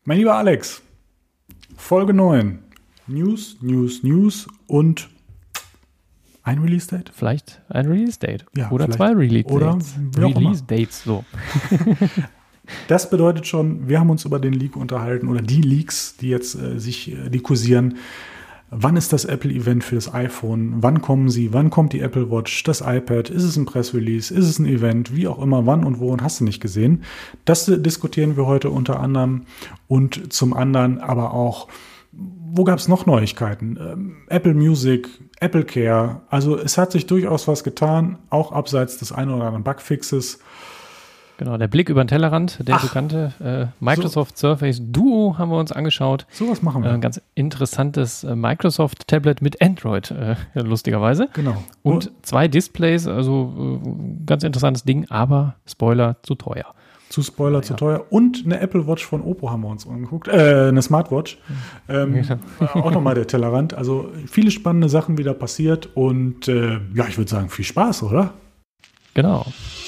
Mein lieber Alex, Folge 9. News und ein Release-Date? Vielleicht ein Release-Date. Ja, oder zwei Release-Dates. Oder Release-Dates, so. Das bedeutet schon, wir haben uns über den Leak unterhalten oder die Leaks, die jetzt die kursieren. Wann ist das Apple-Event für das iPhone? Wann kommen sie? Wann kommt die Apple Watch? Das iPad? Ist es ein Press-Release? Ist es ein Event? Wie auch immer, wann und wo und hast du nicht gesehen? Das diskutieren wir heute unter anderem und zum anderen aber auch, wo gab es noch Neuigkeiten? Apple Music, Apple Care. Also es hat sich durchaus was getan, auch abseits des einen oder anderen Bugfixes. Genau, der Blick über den Tellerrand, der bekannte Microsoft Surface Duo haben wir uns angeschaut. So was machen wir. Ein ganz interessantes Microsoft-Tablet mit Android, lustigerweise. Genau. Und 2 Displays, also ganz interessantes Ding, aber Spoiler, zu teuer. Zu teuer. Und eine Apple Watch von Oppo haben wir uns angeguckt. Eine Smartwatch. Auch nochmal der Tellerrand. Also viele spannende Sachen wieder passiert. Und ich würde sagen, viel Spaß, oder? Genau.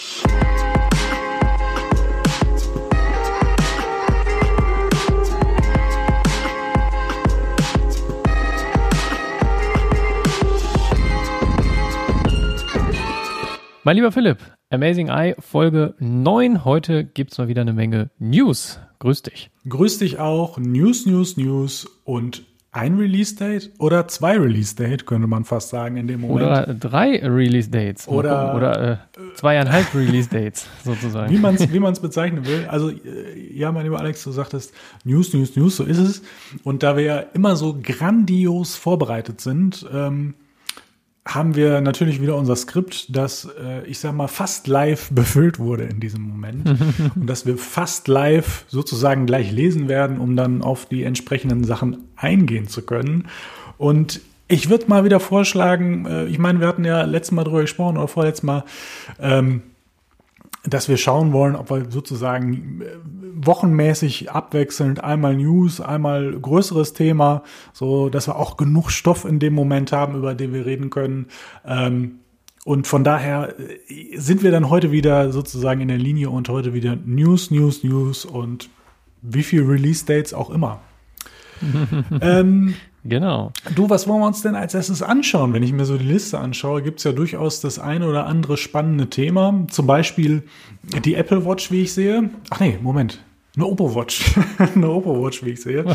Mein lieber Philipp, Amazing Eye, Folge 9. Heute gibt es mal wieder eine Menge News. Grüß dich. Grüß dich auch. News und ein Release-Date oder 2 Release-Date, könnte man fast sagen in dem Moment. Oder 3 Release-Dates. Oder 2,5 Release-Dates sozusagen. Wie man es bezeichnen will. Also ja, mein lieber Alex, du sagtest News, so ist es. Und da wir ja immer so grandios vorbereitet sind, haben wir natürlich wieder unser Skript, das, ich sag mal, fast live befüllt wurde in diesem Moment. Und dass wir fast live sozusagen gleich lesen werden, um dann auf die entsprechenden Sachen eingehen zu können. Und ich würde mal wieder vorschlagen, ich meine, wir hatten ja letztes Mal drüber gesprochen oder vorletztes Mal, dass wir schauen wollen, ob wir sozusagen wochenmäßig abwechselnd einmal News, einmal größeres Thema, so dass wir auch genug Stoff in dem Moment haben, über den wir reden können. Und von daher sind wir dann heute wieder sozusagen in der Linie und heute wieder News und wie viel Release-Dates auch immer. Genau. Du, was wollen wir uns denn als erstes anschauen? Wenn ich mir so die Liste anschaue, gibt es ja durchaus das eine oder andere spannende Thema. Zum Beispiel die Apple Watch, wie ich sehe. Ach nee, Moment. Eine Oppo Watch. Eine Oppo Watch, wie ich sehe.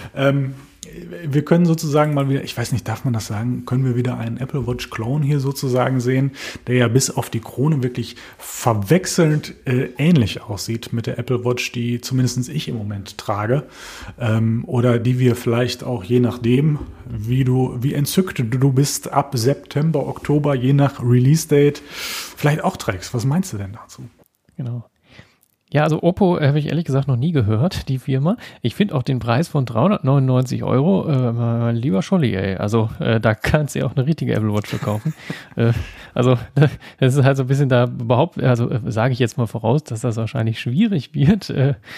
Wir können sozusagen mal wieder, ich weiß nicht, darf man das sagen, können wir wieder einen Apple Watch Clone hier sozusagen sehen, der ja bis auf die Krone wirklich verwechselnd ähnlich aussieht mit der Apple Watch, die zumindest ich im Moment trage. Oder die wir vielleicht auch je nachdem, wie entzückt du bist, ab September, Oktober, je nach Release-Date, vielleicht auch trägst. Was meinst du denn dazu? Genau. Ja, also Oppo habe ich ehrlich gesagt noch nie gehört, die Firma. Ich finde auch den Preis von 399 €, mein lieber Scholli, ey. Also da kannst du ja auch eine richtige Apple Watch verkaufen. Also das ist halt so ein bisschen da sage ich jetzt mal voraus, dass das wahrscheinlich schwierig wird,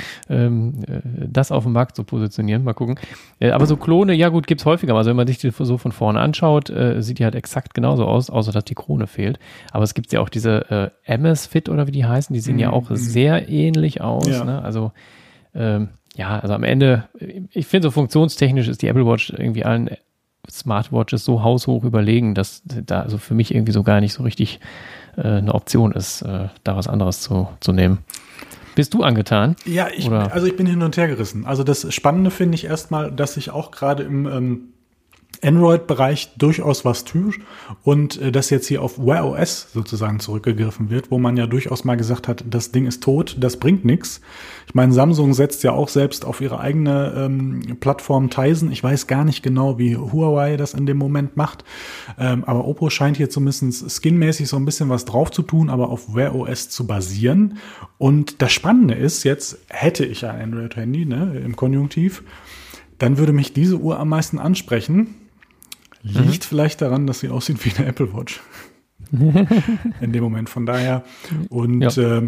das auf dem Markt zu positionieren. Mal gucken. Aber so Klone, ja gut, gibt's häufiger. Also wenn man sich die so von vorne anschaut, sieht die halt exakt genauso aus, außer dass die Krone fehlt. Aber es gibt ja auch diese Amazfit oder wie die heißen, die sehen ja auch sehr ähnlich aus. Ja. Ne? Also also am Ende, ich finde so funktionstechnisch ist die Apple Watch irgendwie allen Smartwatches so haushoch überlegen, dass da also für mich irgendwie so gar nicht so richtig eine Option ist, da was anderes zu nehmen. Bist du angetan? Ja, ich bin hin und her gerissen. Also das Spannende finde ich erstmal, dass ich auch gerade im Android-Bereich durchaus was tut und dass jetzt hier auf Wear OS sozusagen zurückgegriffen wird, wo man ja durchaus mal gesagt hat, das Ding ist tot, das bringt nichts. Ich meine, Samsung setzt ja auch selbst auf ihre eigene Plattform Tizen. Ich weiß gar nicht genau, wie Huawei das in dem Moment macht, aber Oppo scheint hier zumindest skinmäßig so ein bisschen was drauf zu tun, aber auf Wear OS zu basieren. Und das Spannende ist, jetzt hätte ich ein Android-Handy, ne, im Konjunktiv, dann würde mich diese Uhr am meisten ansprechen. Liegt vielleicht daran, dass sie aussieht wie eine Apple Watch. In dem Moment, von daher. Und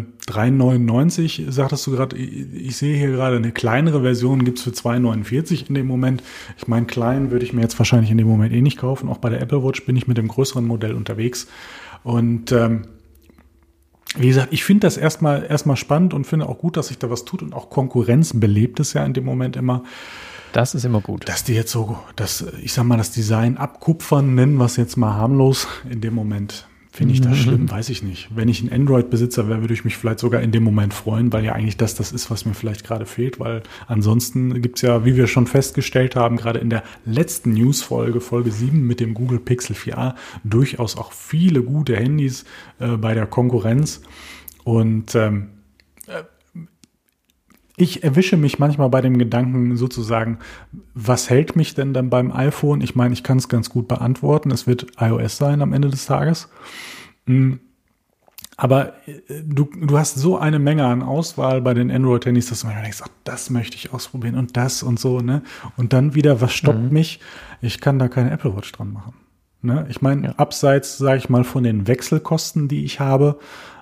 3,99 sagtest du gerade, ich sehe hier gerade eine kleinere Version, gibt es für 2,49 in dem Moment. Ich meine, klein würde ich mir jetzt wahrscheinlich in dem Moment nicht kaufen. Auch bei der Apple Watch bin ich mit dem größeren Modell unterwegs. Und Wie gesagt, ich finde das erstmal spannend und finde auch gut, dass sich da was tut und auch Konkurrenz belebt es ja in dem Moment immer. Das ist immer gut. Dass die jetzt so, ich sag mal, das Design abkupfern, nennen wir es jetzt mal harmlos. In dem Moment finde ich das schlimm, weiß ich nicht. Wenn ich ein Android-Besitzer wäre, würde ich mich vielleicht sogar in dem Moment freuen, weil ja eigentlich das ist, was mir vielleicht gerade fehlt, weil ansonsten gibt's ja, wie wir schon festgestellt haben, gerade in der letzten News-Folge, Folge 7 mit dem Google Pixel 4a, durchaus auch viele gute Handys bei der Konkurrenz. Und ich erwische mich manchmal bei dem Gedanken sozusagen, was hält mich denn dann beim iPhone? Ich meine, ich kann es ganz gut beantworten. Es wird iOS sein am Ende des Tages. Aber du hast so eine Menge an Auswahl bei den Android-Handys, dass du manchmal denkst, ach, das möchte ich ausprobieren und das und so, ne? Und dann wieder, was stoppt mich? Ich kann da keine Apple Watch dran machen. Ne? Ich meine, abseits, sage ich mal, von den Wechselkosten, die ich habe,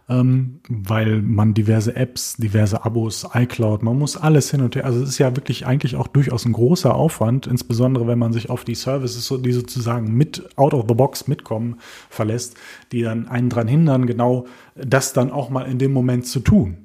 weil man diverse Apps, diverse Abos, iCloud, man muss alles hin und her. Also es ist ja wirklich eigentlich auch durchaus ein großer Aufwand, insbesondere wenn man sich auf die Services, die sozusagen mit out of the box mitkommen, verlässt, die dann einen dran hindern, genau das dann auch mal in dem Moment zu tun.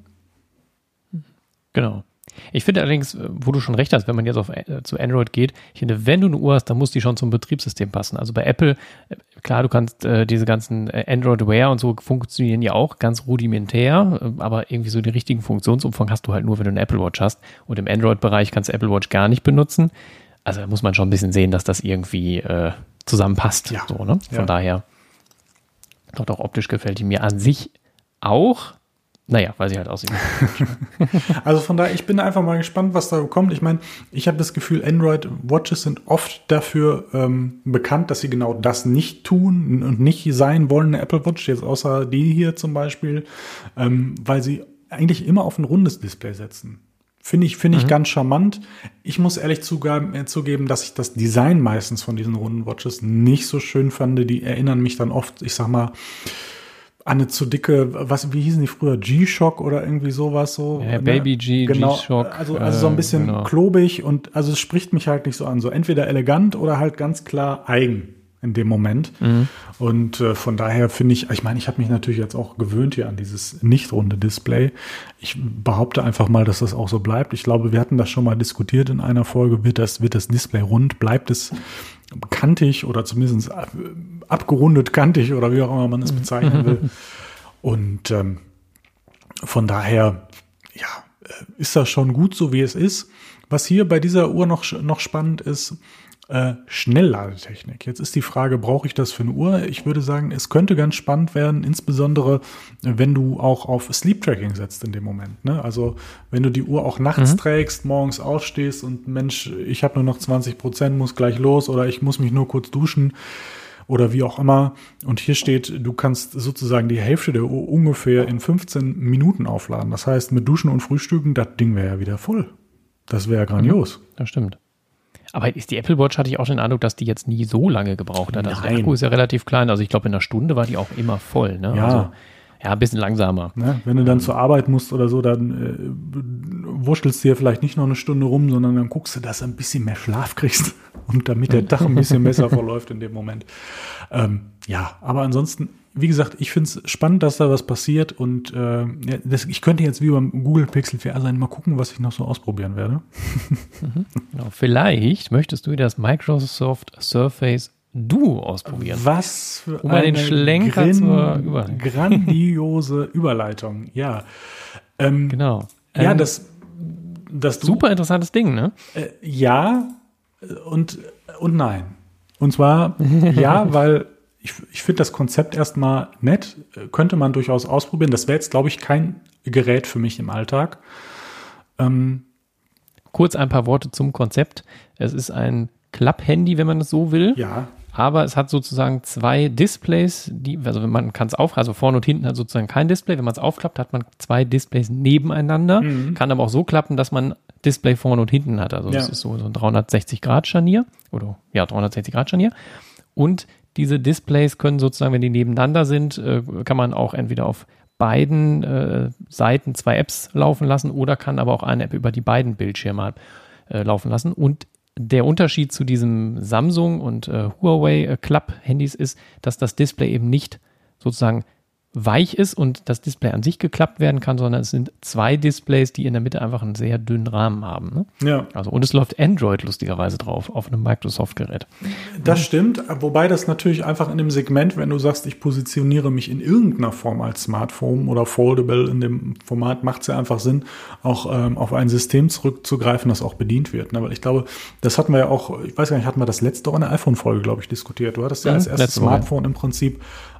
Genau. Ich finde allerdings, wo du schon recht hast, wenn man jetzt zu Android geht, ich finde, wenn du eine Uhr hast, dann muss die schon zum Betriebssystem passen. Also bei Apple, klar, du kannst diese ganzen Android Wear und so funktionieren ja auch ganz rudimentär, aber irgendwie so den richtigen Funktionsumfang hast du halt nur, wenn du eine Apple Watch hast. Und im Android-Bereich kannst du Apple Watch gar nicht benutzen. Also da muss man schon ein bisschen sehen, dass das irgendwie zusammenpasst. Ja. So, ne? Von daher, dort auch optisch gefällt die mir an sich auch. Naja, weil sie halt aussieht. Also von daher, ich bin einfach mal gespannt, was da kommt. Ich meine, ich habe das Gefühl, Android-Watches sind oft dafür bekannt, dass sie genau das nicht tun und nicht sein wollen, eine Apple Watch, jetzt außer die hier zum Beispiel, weil sie eigentlich immer auf ein rundes Display setzen. Finde ich ganz charmant. Ich muss ehrlich zugeben, dass ich das Design meistens von diesen runden Watches nicht so schön fand. Die erinnern mich dann oft, ich sag mal, an eine zu dicke, wie hießen die früher? G-Shock oder irgendwie sowas so. Ja, Baby G, genau, G-Shock. Also so ein bisschen klobig und also es spricht mich halt nicht so an. So entweder elegant oder halt ganz klar eigen in dem Moment. Und von daher finde ich meine, ich habe mich natürlich jetzt auch gewöhnt hier an dieses nicht runde Display. Ich behaupte einfach mal, dass das auch so bleibt. Ich glaube, wir hatten das schon mal diskutiert in einer Folge. Wird das Display rund? Bleibt es kantig oder zumindest abgerundet kantig oder wie auch immer man es bezeichnen will. Und von daher, ja, ist das schon gut so, wie es ist. Was hier bei dieser Uhr noch spannend ist, Schnellladetechnik. Jetzt ist die Frage, brauche ich das für eine Uhr? Ich würde sagen, es könnte ganz spannend werden, insbesondere wenn du auch auf Sleep Tracking setzt in dem Moment. Ne? Also wenn du die Uhr auch nachts trägst, morgens aufstehst und Mensch, ich habe nur noch 20%, muss gleich los oder ich muss mich nur kurz duschen oder wie auch immer. Und hier steht, du kannst sozusagen die Hälfte der Uhr ungefähr in 15 Minuten aufladen. Das heißt, mit Duschen und Frühstücken, das Ding wäre ja wieder voll. Das wäre ja grandios. Das stimmt. Aber ist die Apple Watch, hatte ich auch den Eindruck, dass die jetzt nie so lange gebraucht hat. Also Nein. der Akku ist ja relativ klein. Also ich glaube, in einer Stunde war die auch immer voll. Ne? Ja. Also, ja, ein bisschen langsamer. Ne? Wenn du dann zur Arbeit musst oder so, dann wurschtelst du dir vielleicht nicht noch eine Stunde rum, sondern dann guckst du, dass du ein bisschen mehr Schlaf kriegst und damit der Tag ein bisschen besser verläuft in dem Moment. Ja, aber ansonsten, wie gesagt, ich finde es spannend, dass da was passiert und ich könnte jetzt wie beim Google Pixel 4a sein, mal gucken, was ich noch so ausprobieren werde. Genau. Vielleicht möchtest du das Microsoft Surface Duo ausprobieren. Was für um eine den Schlenker zur Überleitung. Grandiose Überleitung, ja. Genau. Ja, das super interessantes Ding, ne? Ja und nein. Und zwar ja, weil ich finde das Konzept erstmal nett, könnte man durchaus ausprobieren. Das wäre jetzt, glaube ich, kein Gerät für mich im Alltag. Kurz ein paar Worte zum Konzept. Es ist ein Klapp-Handy, wenn man es so will. Ja. Aber es hat sozusagen zwei Displays, also wenn man kann es also vorne und hinten hat sozusagen kein Display. Wenn man es aufklappt, hat man zwei Displays nebeneinander. Kann aber auch so klappen, dass man Display vorne und hinten hat. Also das ist so ein 360-Grad-Scharnier oder ja, 360-Grad-Scharnier. Und diese Displays können sozusagen, wenn die nebeneinander sind, kann man auch entweder auf beiden Seiten zwei Apps laufen lassen oder kann aber auch eine App über die beiden Bildschirme laufen lassen. Und der Unterschied zu diesem Samsung und Huawei Club-Handys ist, dass das Display eben nicht sozusagen weich ist und das Display an sich geklappt werden kann, sondern es sind 2 Displays, die in der Mitte einfach einen sehr dünnen Rahmen haben. Ne? Ja. Also, und es läuft Android lustigerweise drauf auf einem Microsoft-Gerät. Das stimmt, wobei das natürlich einfach in dem Segment, wenn du sagst, ich positioniere mich in irgendeiner Form als Smartphone oder Foldable in dem Format, macht es ja einfach Sinn, auch auf ein System zurückzugreifen, das auch bedient wird. Ne? Weil ich glaube, das hatten wir ja auch, ich weiß gar nicht, hatten wir das letzte auch in der iPhone-Folge, glaube ich, diskutiert. Du hattest ja als erstes Smartphone im Prinzip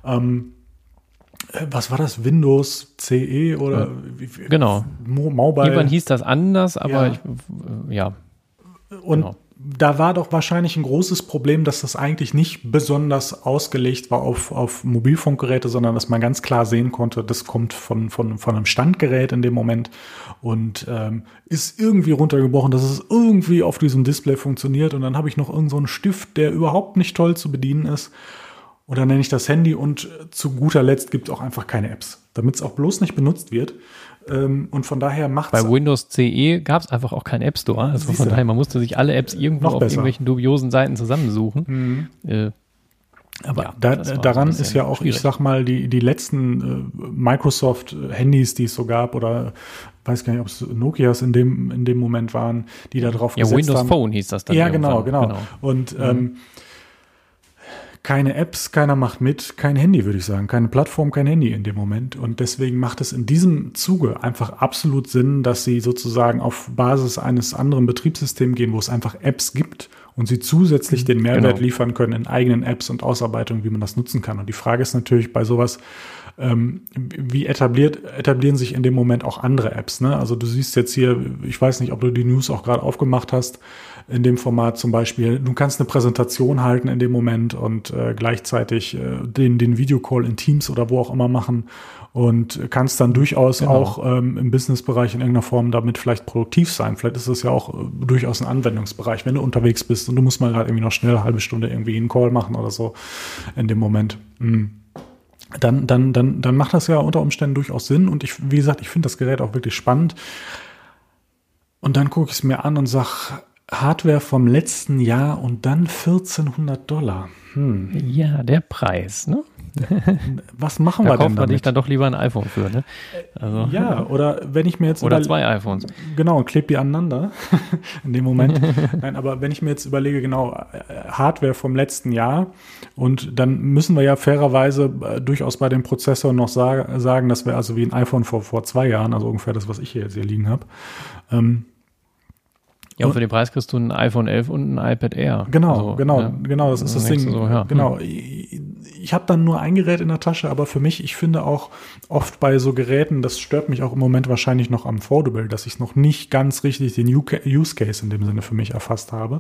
was war das? Windows CE oder genau. Mobile? Irgendwann hieß das anders, aber ja. Und genau. Da war doch wahrscheinlich ein großes Problem, dass das eigentlich nicht besonders ausgelegt war auf Mobilfunkgeräte, sondern dass man ganz klar sehen konnte, das kommt von einem Standgerät in dem Moment und ist irgendwie runtergebrochen, dass es irgendwie auf diesem Display funktioniert. Und dann habe ich noch irgend so einen Stift, der überhaupt nicht toll zu bedienen ist. Und dann nenne ich das Handy und zu guter Letzt gibt es auch einfach keine Apps, damit es auch bloß nicht benutzt wird. Und von daher macht es... Bei Windows CE gab es einfach auch keinen App Store. Also von daher, man musste sich alle Apps irgendwo auf irgendwelchen dubiosen Seiten zusammensuchen. Aber daran ist ja auch, schwierig. Ich sag mal, die letzten Microsoft-Handys, die es so gab, oder weiß gar nicht, ob es Nokias in dem Moment waren, die da drauf gesetzt Windows haben. Phone hieß das dann. Ja, genau. Und keine Apps, keiner macht mit, kein Handy, würde ich sagen. Keine Plattform, kein Handy in dem Moment. Und deswegen macht es in diesem Zuge einfach absolut Sinn, dass sie sozusagen auf Basis eines anderen Betriebssystems gehen, wo es einfach Apps gibt und sie zusätzlich den Mehrwert liefern können in eigenen Apps und Ausarbeitungen, wie man das nutzen kann. Und die Frage ist natürlich bei sowas, wie etablieren sich in dem Moment auch andere Apps, ne? Also du siehst jetzt hier, ich weiß nicht, ob du die News auch gerade aufgemacht hast, in dem Format zum Beispiel, du kannst eine Präsentation halten in dem Moment und gleichzeitig den Videocall in Teams oder wo auch immer machen und kannst dann durchaus auch im Businessbereich in irgendeiner Form damit vielleicht produktiv sein. Vielleicht ist das ja auch durchaus ein Anwendungsbereich, wenn du unterwegs bist und du musst mal gerade irgendwie noch schnell eine halbe Stunde irgendwie einen Call machen oder so in dem Moment. Dann macht das ja unter Umständen durchaus Sinn. Und wie gesagt, ich finde das Gerät auch wirklich spannend. Und dann gucke ich es mir an und sage, Hardware vom letzten Jahr und dann $1.400. Ja, der Preis, ne? Was machen wir denn damit? Da kauft man dich dann doch lieber ein iPhone für, ne? Also. Ja, oder wenn ich mir jetzt... Oder 2 iPhones. Genau, und klebe die aneinander in dem Moment. Nein, aber wenn ich mir jetzt überlege, genau, Hardware vom letzten Jahr und dann müssen wir ja fairerweise durchaus bei dem Prozessor noch sagen, das wäre also wie ein iPhone vor 2 Jahren, also ungefähr das, was ich jetzt hier liegen habe. Ja, und für den Preis kriegst du ein iPhone 11 und ein iPad Air. Genau, das ist das Ding. So, ja. Genau. Ich habe dann nur ein Gerät in der Tasche, aber für mich, ich finde auch oft bei so Geräten, das stört mich auch im Moment wahrscheinlich noch am Foldable, dass ich noch nicht ganz richtig den Use Case in dem Sinne für mich erfasst habe.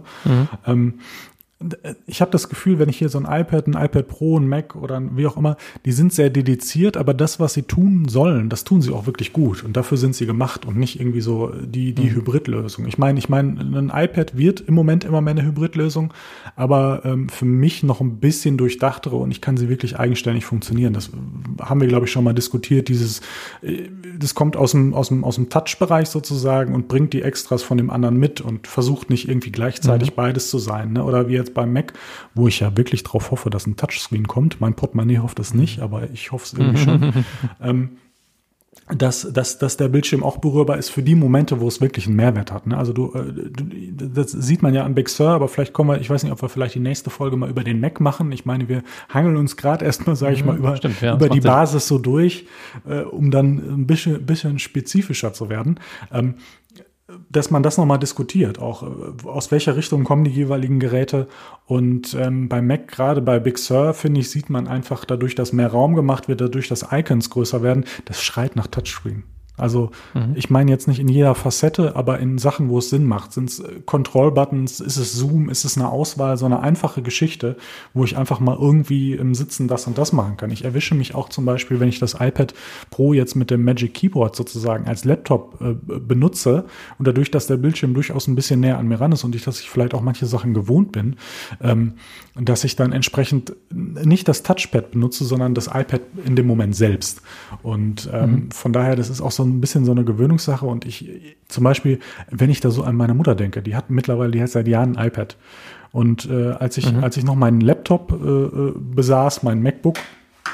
Ich habe das Gefühl, wenn ich hier so ein iPad Pro, ein Mac oder wie auch immer, die sind sehr dediziert, aber das, was sie tun sollen, das tun sie auch wirklich gut. Und dafür sind sie gemacht und nicht irgendwie so die Hybridlösung. Ich meine, ein iPad wird im Moment immer mehr eine Hybridlösung, aber für mich noch ein bisschen durchdachtere und ich kann sie wirklich eigenständig funktionieren. Das haben wir, glaube ich, schon mal diskutiert. Das kommt aus dem Touch-Bereich sozusagen und bringt die Extras von dem anderen mit und versucht nicht irgendwie gleichzeitig beides zu sein, ne? Oder wie jetzt beim Mac, wo ich ja wirklich drauf hoffe, dass ein Touchscreen kommt. Mein Portemonnaie hofft es nicht, aber ich hoffe es irgendwie schon. Dass der Bildschirm auch berührbar ist für die Momente, wo es wirklich einen Mehrwert hat. Ne? Also das sieht man ja an Big Sur, aber vielleicht ich weiß nicht, ob wir vielleicht die nächste Folge mal über den Mac machen. Ich meine, wir hangeln uns gerade erstmal, sage ich mal, über die Basis so durch, um dann ein bisschen spezifischer zu werden. Dass man das nochmal diskutiert, auch aus welcher Richtung kommen die jeweiligen Geräte. Und beim Mac, gerade bei Big Sur, finde ich, sieht man einfach dadurch, dass mehr Raum gemacht wird, dadurch, dass Icons größer werden, das schreit nach Touchscreen. Also ich meine jetzt nicht in jeder Facette, aber in Sachen, wo es Sinn macht. Sind es Control-Buttons, ist es Zoom, ist es eine Auswahl, so eine einfache Geschichte, wo ich einfach mal irgendwie im Sitzen das und das machen kann. Ich erwische mich auch zum Beispiel, wenn ich das iPad Pro jetzt mit dem Magic Keyboard sozusagen als Laptop benutze und dadurch, dass der Bildschirm durchaus ein bisschen näher an mir ran ist und dass ich vielleicht auch manche Sachen gewohnt bin, dass ich dann entsprechend nicht das Touchpad benutze, sondern das iPad in dem Moment selbst. Und von daher, das ist auch so ein bisschen so eine Gewöhnungssache und ich zum Beispiel, wenn ich da so an meine Mutter denke, die hat seit Jahren ein iPad und als ich noch meinen Laptop besaß, mein MacBook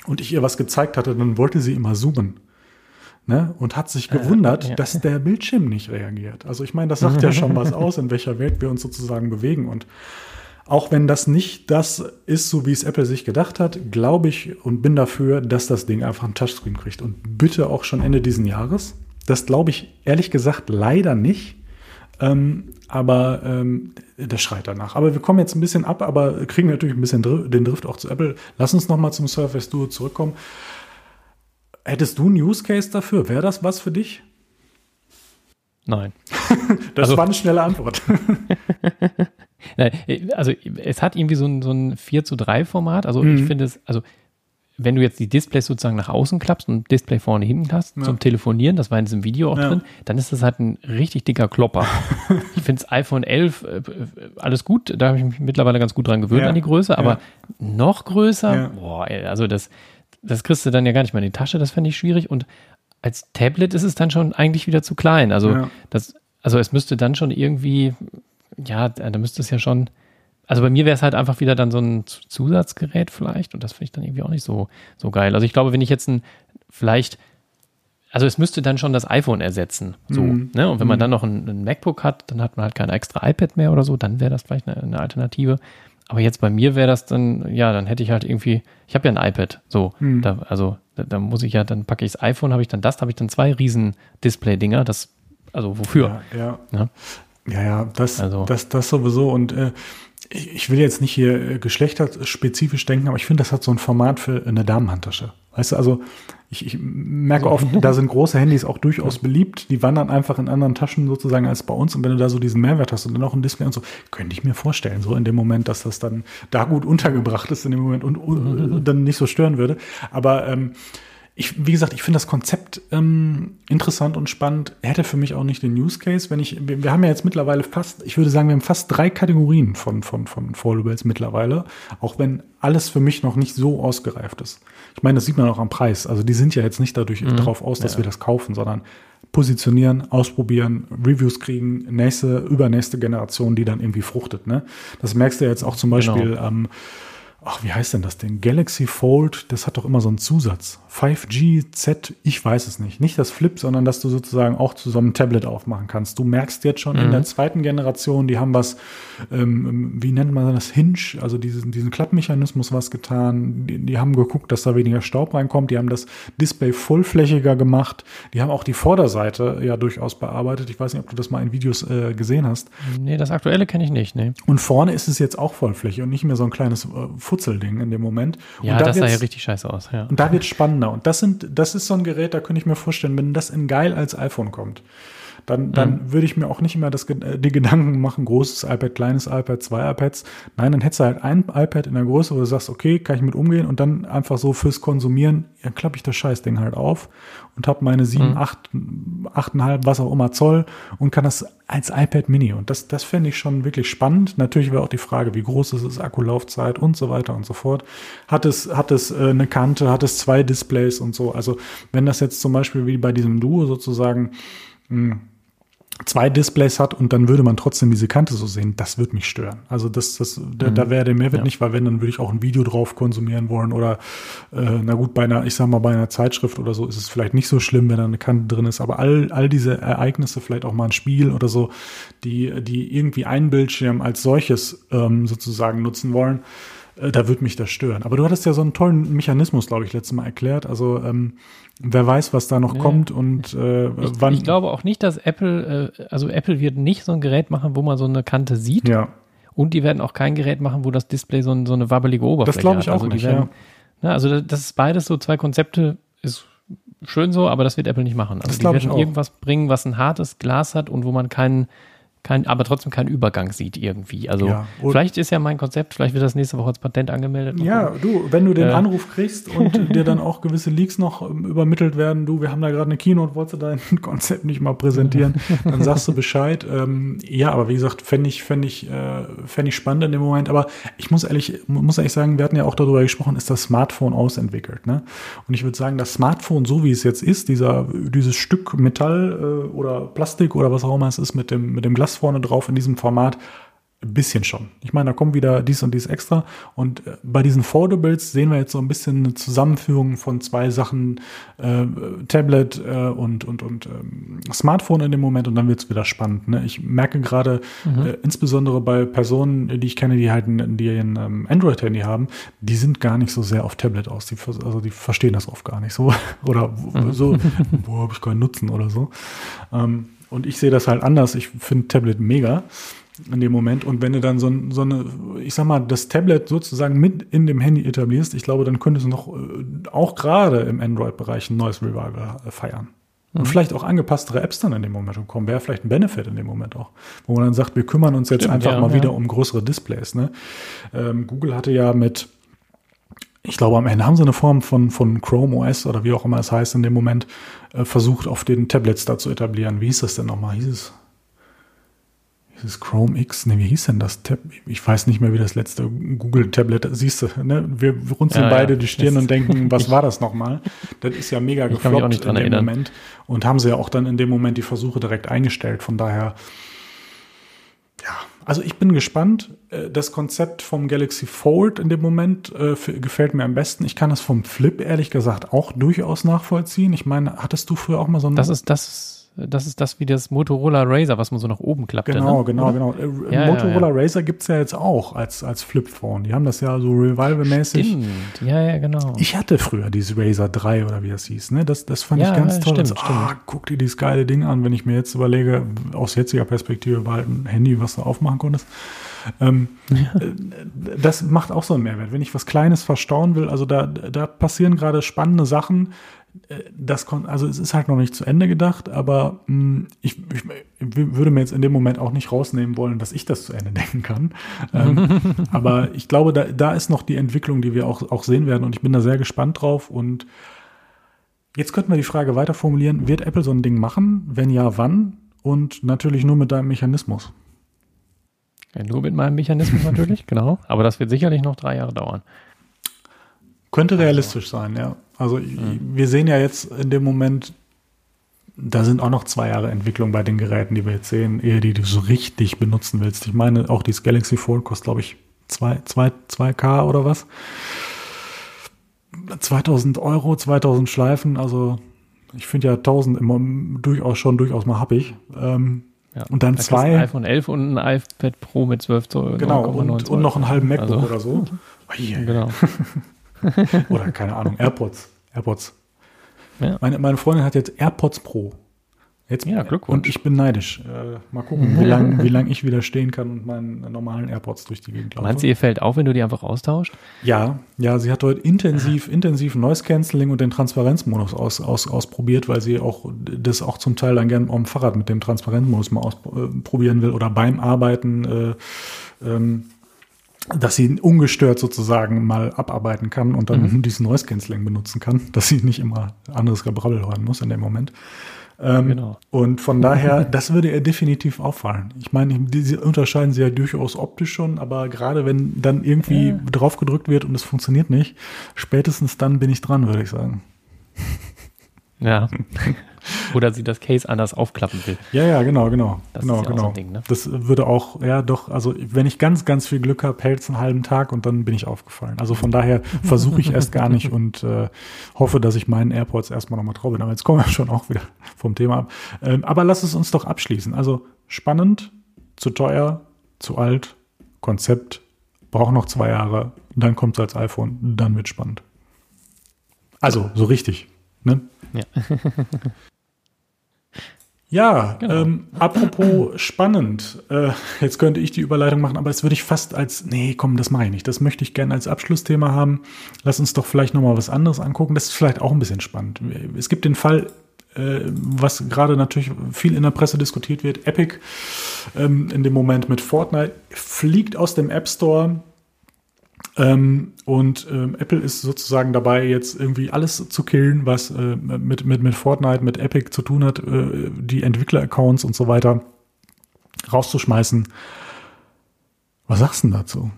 und ich ihr was gezeigt hatte, dann wollte sie immer zoomen. Ne? Und hat sich gewundert, dass der Bildschirm nicht reagiert. Also ich meine, das sagt ja schon was aus, in welcher Welt wir uns sozusagen bewegen. Und auch wenn das nicht das ist, so wie es Apple sich gedacht hat, glaube ich und bin dafür, dass das Ding einfach ein Touchscreen kriegt. Und bitte auch schon Ende diesen Jahres. Das glaube ich ehrlich gesagt leider nicht. Aber das schreit danach. Aber wir kommen jetzt ein bisschen ab, aber kriegen natürlich ein bisschen den Drift auch zu Apple. Lass uns noch mal zum Surface Duo zurückkommen. Hättest du einen Use Case dafür? Wäre das was für dich? Nein. Das war eine schnelle Antwort. Nein, also es hat irgendwie so ein 4:3 Format. Also ich finde es, also wenn du jetzt die Displays sozusagen nach außen klappst und ein Display vorne hinten hast zum Telefonieren, das war in diesem Video auch drin, dann ist das halt ein richtig dicker Klopper. Ich finde das iPhone 11 alles gut, da habe ich mich mittlerweile ganz gut dran gewöhnt an die Größe, aber noch größer, boah, ey, also das kriegst du dann ja gar nicht mehr in die Tasche, das fände ich schwierig, und als Tablet ist es dann schon eigentlich wieder zu klein. Also es müsste dann schon irgendwie, ja, da müsste es ja schon, also bei mir wäre es halt einfach wieder dann so ein Zusatzgerät vielleicht, und das finde ich dann irgendwie auch nicht so geil. Also ich glaube, wenn ich jetzt also es müsste dann schon das iPhone ersetzen, so, ne? Und wenn man dann noch ein MacBook hat, dann hat man halt kein extra iPad mehr oder so, dann wäre das vielleicht eine Alternative. Aber jetzt bei mir wäre das dann, ja, dann hätte ich halt irgendwie, ich habe ja ein iPad, so, da muss ich ja, dann packe ich das iPhone, habe ich dann 2 riesen Display-Dinger, also wofür? Das sowieso, und ich will jetzt nicht hier geschlechterspezifisch denken, aber ich finde, das hat so ein Format für eine Damenhandtasche. Weißt du, also ich merke oft, da sind große Handys auch durchaus beliebt, die wandern einfach in anderen Taschen sozusagen als bei uns, und wenn du da so diesen Mehrwert hast und dann auch ein Display und so, könnte ich mir vorstellen, so in dem Moment, dass das dann da gut untergebracht ist in dem Moment und dann nicht so stören würde. Aber wie gesagt, ich finde das Konzept interessant und spannend. Er hätte für mich auch nicht den Use Case, wir haben ja jetzt mittlerweile ich würde sagen, wir haben fast 3 Kategorien von Foldables mittlerweile, auch wenn alles für mich noch nicht so ausgereift ist. Ich meine, das sieht man auch am Preis. Also die sind ja jetzt nicht dadurch darauf aus, dass wir das kaufen, sondern positionieren, ausprobieren, Reviews kriegen, übernächste Generation, die dann irgendwie fruchtet. Ne? Das merkst du ja jetzt auch zum Beispiel wie heißt denn das Ding? Galaxy Fold, das hat doch immer so einen Zusatz. 5G, Z, ich weiß es nicht. Nicht das Flip, sondern dass du sozusagen auch zu so einem Tablet aufmachen kannst. Du merkst jetzt schon in der zweiten Generation, die haben was, wie nennt man das, Hinge, also diesen Klappmechanismus was getan. Die haben geguckt, dass da weniger Staub reinkommt. Die haben das Display vollflächiger gemacht. Die haben auch die Vorderseite ja durchaus bearbeitet. Ich weiß nicht, ob du das mal in Videos gesehen hast. Nee, das aktuelle kenne ich nicht, nee. Und vorne ist es jetzt auch vollflächig und nicht mehr so ein kleines Futzelding in dem Moment. Ja, und das sah ja richtig scheiße aus. Ja. Und da wird es spannender. Und das ist so ein Gerät, da könnte ich mir vorstellen, wenn das in geil als iPhone kommt, dann würde ich mir auch nicht mehr die Gedanken machen, großes iPad, kleines iPad, 2 iPads. Nein, dann hättest du halt ein iPad in der Größe, wo du sagst, okay, kann ich mit umgehen, und dann einfach so fürs Konsumieren, ja, klappe ich das Scheißding halt auf und habe meine 7, 8,5, was auch immer Zoll, und kann das als iPad Mini. Und das fände ich schon wirklich spannend. Natürlich wäre auch die Frage, wie groß ist es, Akkulaufzeit und so weiter und so fort. Hat es eine Kante, hat es 2 Displays und so. Also wenn das jetzt zum Beispiel wie bei diesem Duo sozusagen 2 Displays hat und dann würde man trotzdem diese Kante so sehen, das würde mich stören. Also da wäre der Mehrwert nicht, weil wenn, dann würde ich auch ein Video drauf konsumieren wollen oder na gut, bei einer Zeitschrift oder so ist es vielleicht nicht so schlimm, wenn da eine Kante drin ist, aber all diese Ereignisse, vielleicht auch mal ein Spiel oder so, die irgendwie einen Bildschirm als solches sozusagen nutzen wollen, da würde mich das stören. Aber du hattest ja so einen tollen Mechanismus, glaube ich, letztes Mal erklärt. Also wer weiß, was da noch kommt und wann. Ich glaube auch nicht, dass Apple wird nicht so ein Gerät machen, wo man so eine Kante sieht. Ja. Und die werden auch kein Gerät machen, wo das Display so eine wabbelige Oberfläche hat. Das glaube ich auch nicht, also das ist beides so 2 Konzepte, ist schön so, aber das wird Apple nicht machen. Also die werden irgendwas bringen, was ein hartes Glas hat und wo man aber trotzdem keinen Übergang sieht irgendwie. Also vielleicht ist ja mein Konzept, vielleicht wird das nächste Woche als Patent angemeldet. Ja, wenn du den Anruf kriegst und dir dann auch gewisse Leaks noch übermittelt werden, wir haben da gerade eine Keynote, wolltest du dein Konzept nicht mal präsentieren, dann sagst du Bescheid. Aber wie gesagt, fände ich spannend in dem Moment. Aber ich muss ehrlich sagen, wir hatten ja auch darüber gesprochen, ist das Smartphone ausentwickelt. Ne? Und ich würde sagen, das Smartphone, so wie es jetzt ist, dieses Stück Metall oder Plastik oder was auch immer es ist mit dem Glas vorne drauf in diesem Format, Ein bisschen schon. Ich meine, da kommt wieder dies und dies extra. Und bei diesen Foldables sehen wir jetzt so ein bisschen eine Zusammenführung von zwei Sachen, Tablet und Smartphone in dem Moment. Und dann wird es wieder spannend. Ne? Ich merke gerade, insbesondere bei Personen, die ich kenne, die halt ein Android-Handy haben, die sind gar nicht so sehr auf Tablet aus. Die verstehen das oft gar nicht so. Oder so, wo habe ich keinen Nutzen oder so. Und ich sehe das halt anders. Ich finde Tablet mega in dem Moment. Und wenn du dann so eine, ich sag mal, das Tablet sozusagen mit in dem Handy etablierst, ich glaube, dann könntest du noch auch gerade im Android-Bereich ein neues Revival feiern. Und vielleicht auch angepasstere Apps dann in dem Moment kommen. Wäre vielleicht ein Benefit in dem Moment auch. Wo man dann sagt, wir kümmern uns jetzt einfach mal wieder um größere Displays. Ne? Google hatte ja ich glaube, am Ende haben sie eine Form von Chrome OS oder wie auch immer es heißt in dem Moment, versucht auf den Tablets da zu etablieren. Wie hieß das denn nochmal? Hieß es Chrome X? Ne, wie hieß denn das Tab? Ich weiß nicht mehr, wie das letzte Google-Tablet, siehst du, ne? Wir runzeln beide die Stirn und denken, was war das nochmal? Das ist ja mega gefloppt in dem Moment. Und haben sie ja auch dann in dem Moment die Versuche direkt eingestellt. Von daher, ja, also ich bin gespannt. Das Konzept vom Galaxy Fold in dem Moment gefällt mir am besten. Ich kann das vom Flip, ehrlich gesagt, auch durchaus nachvollziehen. Ich meine, hattest du früher auch mal so ein... Das ist das wie das Motorola Razr, was man so nach oben klappte. Genau. Ja, Motorola Razr gibt es ja jetzt auch als Flip-Phone. Die haben das ja so Revival-mäßig. Stimmt, ja, genau. Ich hatte früher dieses Razr 3 oder wie das hieß. Ne? Das fand ich ganz toll. Stimmt. Guck dir dieses geile Ding an, wenn ich mir jetzt überlege, aus jetziger Perspektive war halt ein Handy, was du aufmachen konntest. Das macht auch so einen Mehrwert. Wenn ich was Kleines verstauen will, also da passieren gerade spannende Sachen. Also es ist halt noch nicht zu Ende gedacht, aber ich würde mir jetzt in dem Moment auch nicht rausnehmen wollen, dass ich das zu Ende denken kann. Aber ich glaube, da ist noch die Entwicklung, die wir auch sehen werden, und ich bin da sehr gespannt drauf. Und jetzt könnten wir die Frage weiter formulieren: Wird Apple so ein Ding machen? Wenn ja, wann? Und natürlich nur mit deinem Mechanismus. Ja, nur mit meinem Mechanismus natürlich, genau. Aber das wird sicherlich noch 3 Jahre dauern. Könnte realistisch sein, ja. Also wir sehen ja jetzt in dem Moment, da sind auch noch 2 Jahre Entwicklung bei den Geräten, die wir jetzt sehen, ehe die du so richtig benutzen willst. Ich meine, auch dieses Galaxy Fold kostet, glaube ich, 2K oder was? 2000 Euro, 2000 Schleifen, also ich finde ja 1000 immer durchaus mal happig. Und dann 2. Ein iPhone 11 und ein iPad Pro mit 12 Zoll. Genau, und noch einen halben MacBook oder so. Genau. Oder keine Ahnung, AirPods. Ja. Meine Freundin hat jetzt AirPods Pro. Glückwunsch. Und ich bin neidisch. Mal gucken, wie lang ich wieder stehen kann und meinen normalen AirPods durch die Gegend laufe. Meinst du, ihr fällt auf, wenn du die einfach austauscht? Ja, sie hat heute intensiv Noise Cancelling und den Transparenzmodus ausprobiert, weil sie das auch zum Teil dann gerne auf dem Fahrrad mit dem Transparenzmodus mal ausprobieren will oder beim Arbeiten, dass sie ungestört sozusagen mal abarbeiten kann und dann diesen Noise Cancelling benutzen kann, dass sie nicht immer anderes Gebrabbel hören muss in dem Moment. Genau. Und von daher, das würde ihr definitiv auffallen. Ich meine, diese unterscheiden sie ja durchaus optisch schon, aber gerade wenn dann irgendwie drauf gedrückt wird und es funktioniert nicht, spätestens dann bin ich dran, würde ich sagen. Ja. Oder sie das Case anders aufklappen will. Ja, genau. Das ist ja auch so ein Ding, ne? Das würde auch, also wenn ich ganz, ganz viel Glück habe, hält es einen halben Tag und dann bin ich aufgefallen. Also von daher versuche ich erst gar nicht und hoffe, dass ich meinen AirPods erstmal nochmal trau bin. Aber jetzt kommen wir schon auch wieder vom Thema ab. Aber lass es uns doch abschließen. Also spannend, zu teuer, zu alt, Konzept, braucht noch 2 Jahre, dann kommt es als iPhone, dann wird spannend. Also so richtig, ne? Ja. Ja, genau. Apropos spannend, jetzt könnte ich die Überleitung machen, aber das würde ich fast das mache ich nicht. Das möchte ich gerne als Abschlussthema haben. Lass uns doch vielleicht nochmal was anderes angucken. Das ist vielleicht auch ein bisschen spannend. Es gibt den Fall, was gerade natürlich viel in der Presse diskutiert wird, Epic in dem Moment mit Fortnite fliegt aus dem App Store. Und Apple ist sozusagen dabei, jetzt irgendwie alles zu killen, was mit Fortnite, mit Epic zu tun hat, die Entwickler-Accounts und so weiter rauszuschmeißen. Was sagst du denn dazu?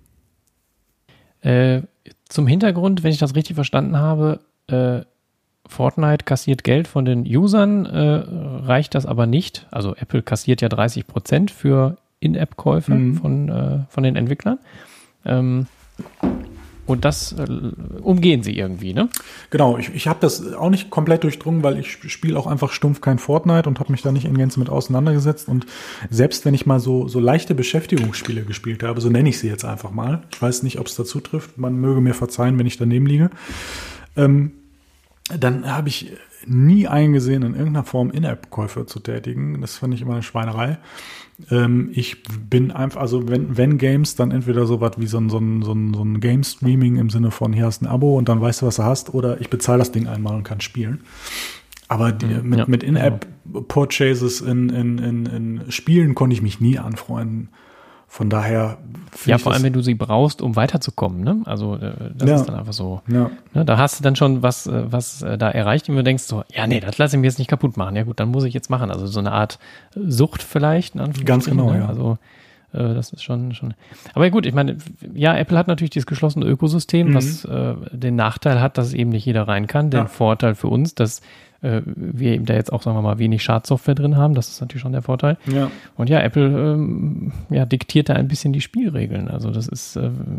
Zum Hintergrund, wenn ich das richtig verstanden habe, Fortnite kassiert Geld von den Usern, reicht das aber nicht. Also Apple kassiert ja 30% für In-App-Käufe von den Entwicklern. Und das umgehen sie irgendwie, ne? Genau, ich habe das auch nicht komplett durchdrungen, weil ich spiele auch einfach stumpf kein Fortnite und habe mich da nicht in Gänze mit auseinandergesetzt. Und selbst wenn ich mal so leichte Beschäftigungsspiele gespielt habe, so nenne ich sie jetzt einfach mal, ich weiß nicht, ob es dazu trifft, man möge mir verzeihen, wenn ich daneben liege, dann habe ich nie eingesehen, in irgendeiner Form In-App-Käufe zu tätigen. Das fand ich immer eine Schweinerei. Ich bin einfach, also wenn Games, dann entweder so was wie so ein Game-Streaming im Sinne von, hier hast ein Abo und dann weißt du, was du hast, oder ich bezahle das Ding einmal und kann spielen. Aber mit In-App-Purchases in Spielen konnte ich mich nie anfreunden. Von daher. Ja, vor allem, wenn du sie brauchst, um weiterzukommen, ne? Also, das ist dann einfach so. Ja. Ne, da hast du dann schon was da erreicht und du denkst so, ja, nee, das lasse ich mir jetzt nicht kaputt machen. Ja gut, dann muss ich jetzt machen. Also so eine Art Sucht vielleicht. Ganz genau, ja. Also, das ist schon. Aber gut, ich meine, ja, Apple hat natürlich dieses geschlossene Ökosystem, was den Nachteil hat, dass eben nicht jeder rein kann. Den Vorteil für uns, dass wir eben da jetzt auch, sagen wir mal, wenig Schadsoftware drin haben. Das ist natürlich schon der Vorteil. Ja. Und ja, Apple diktiert da ein bisschen die Spielregeln. Also das ist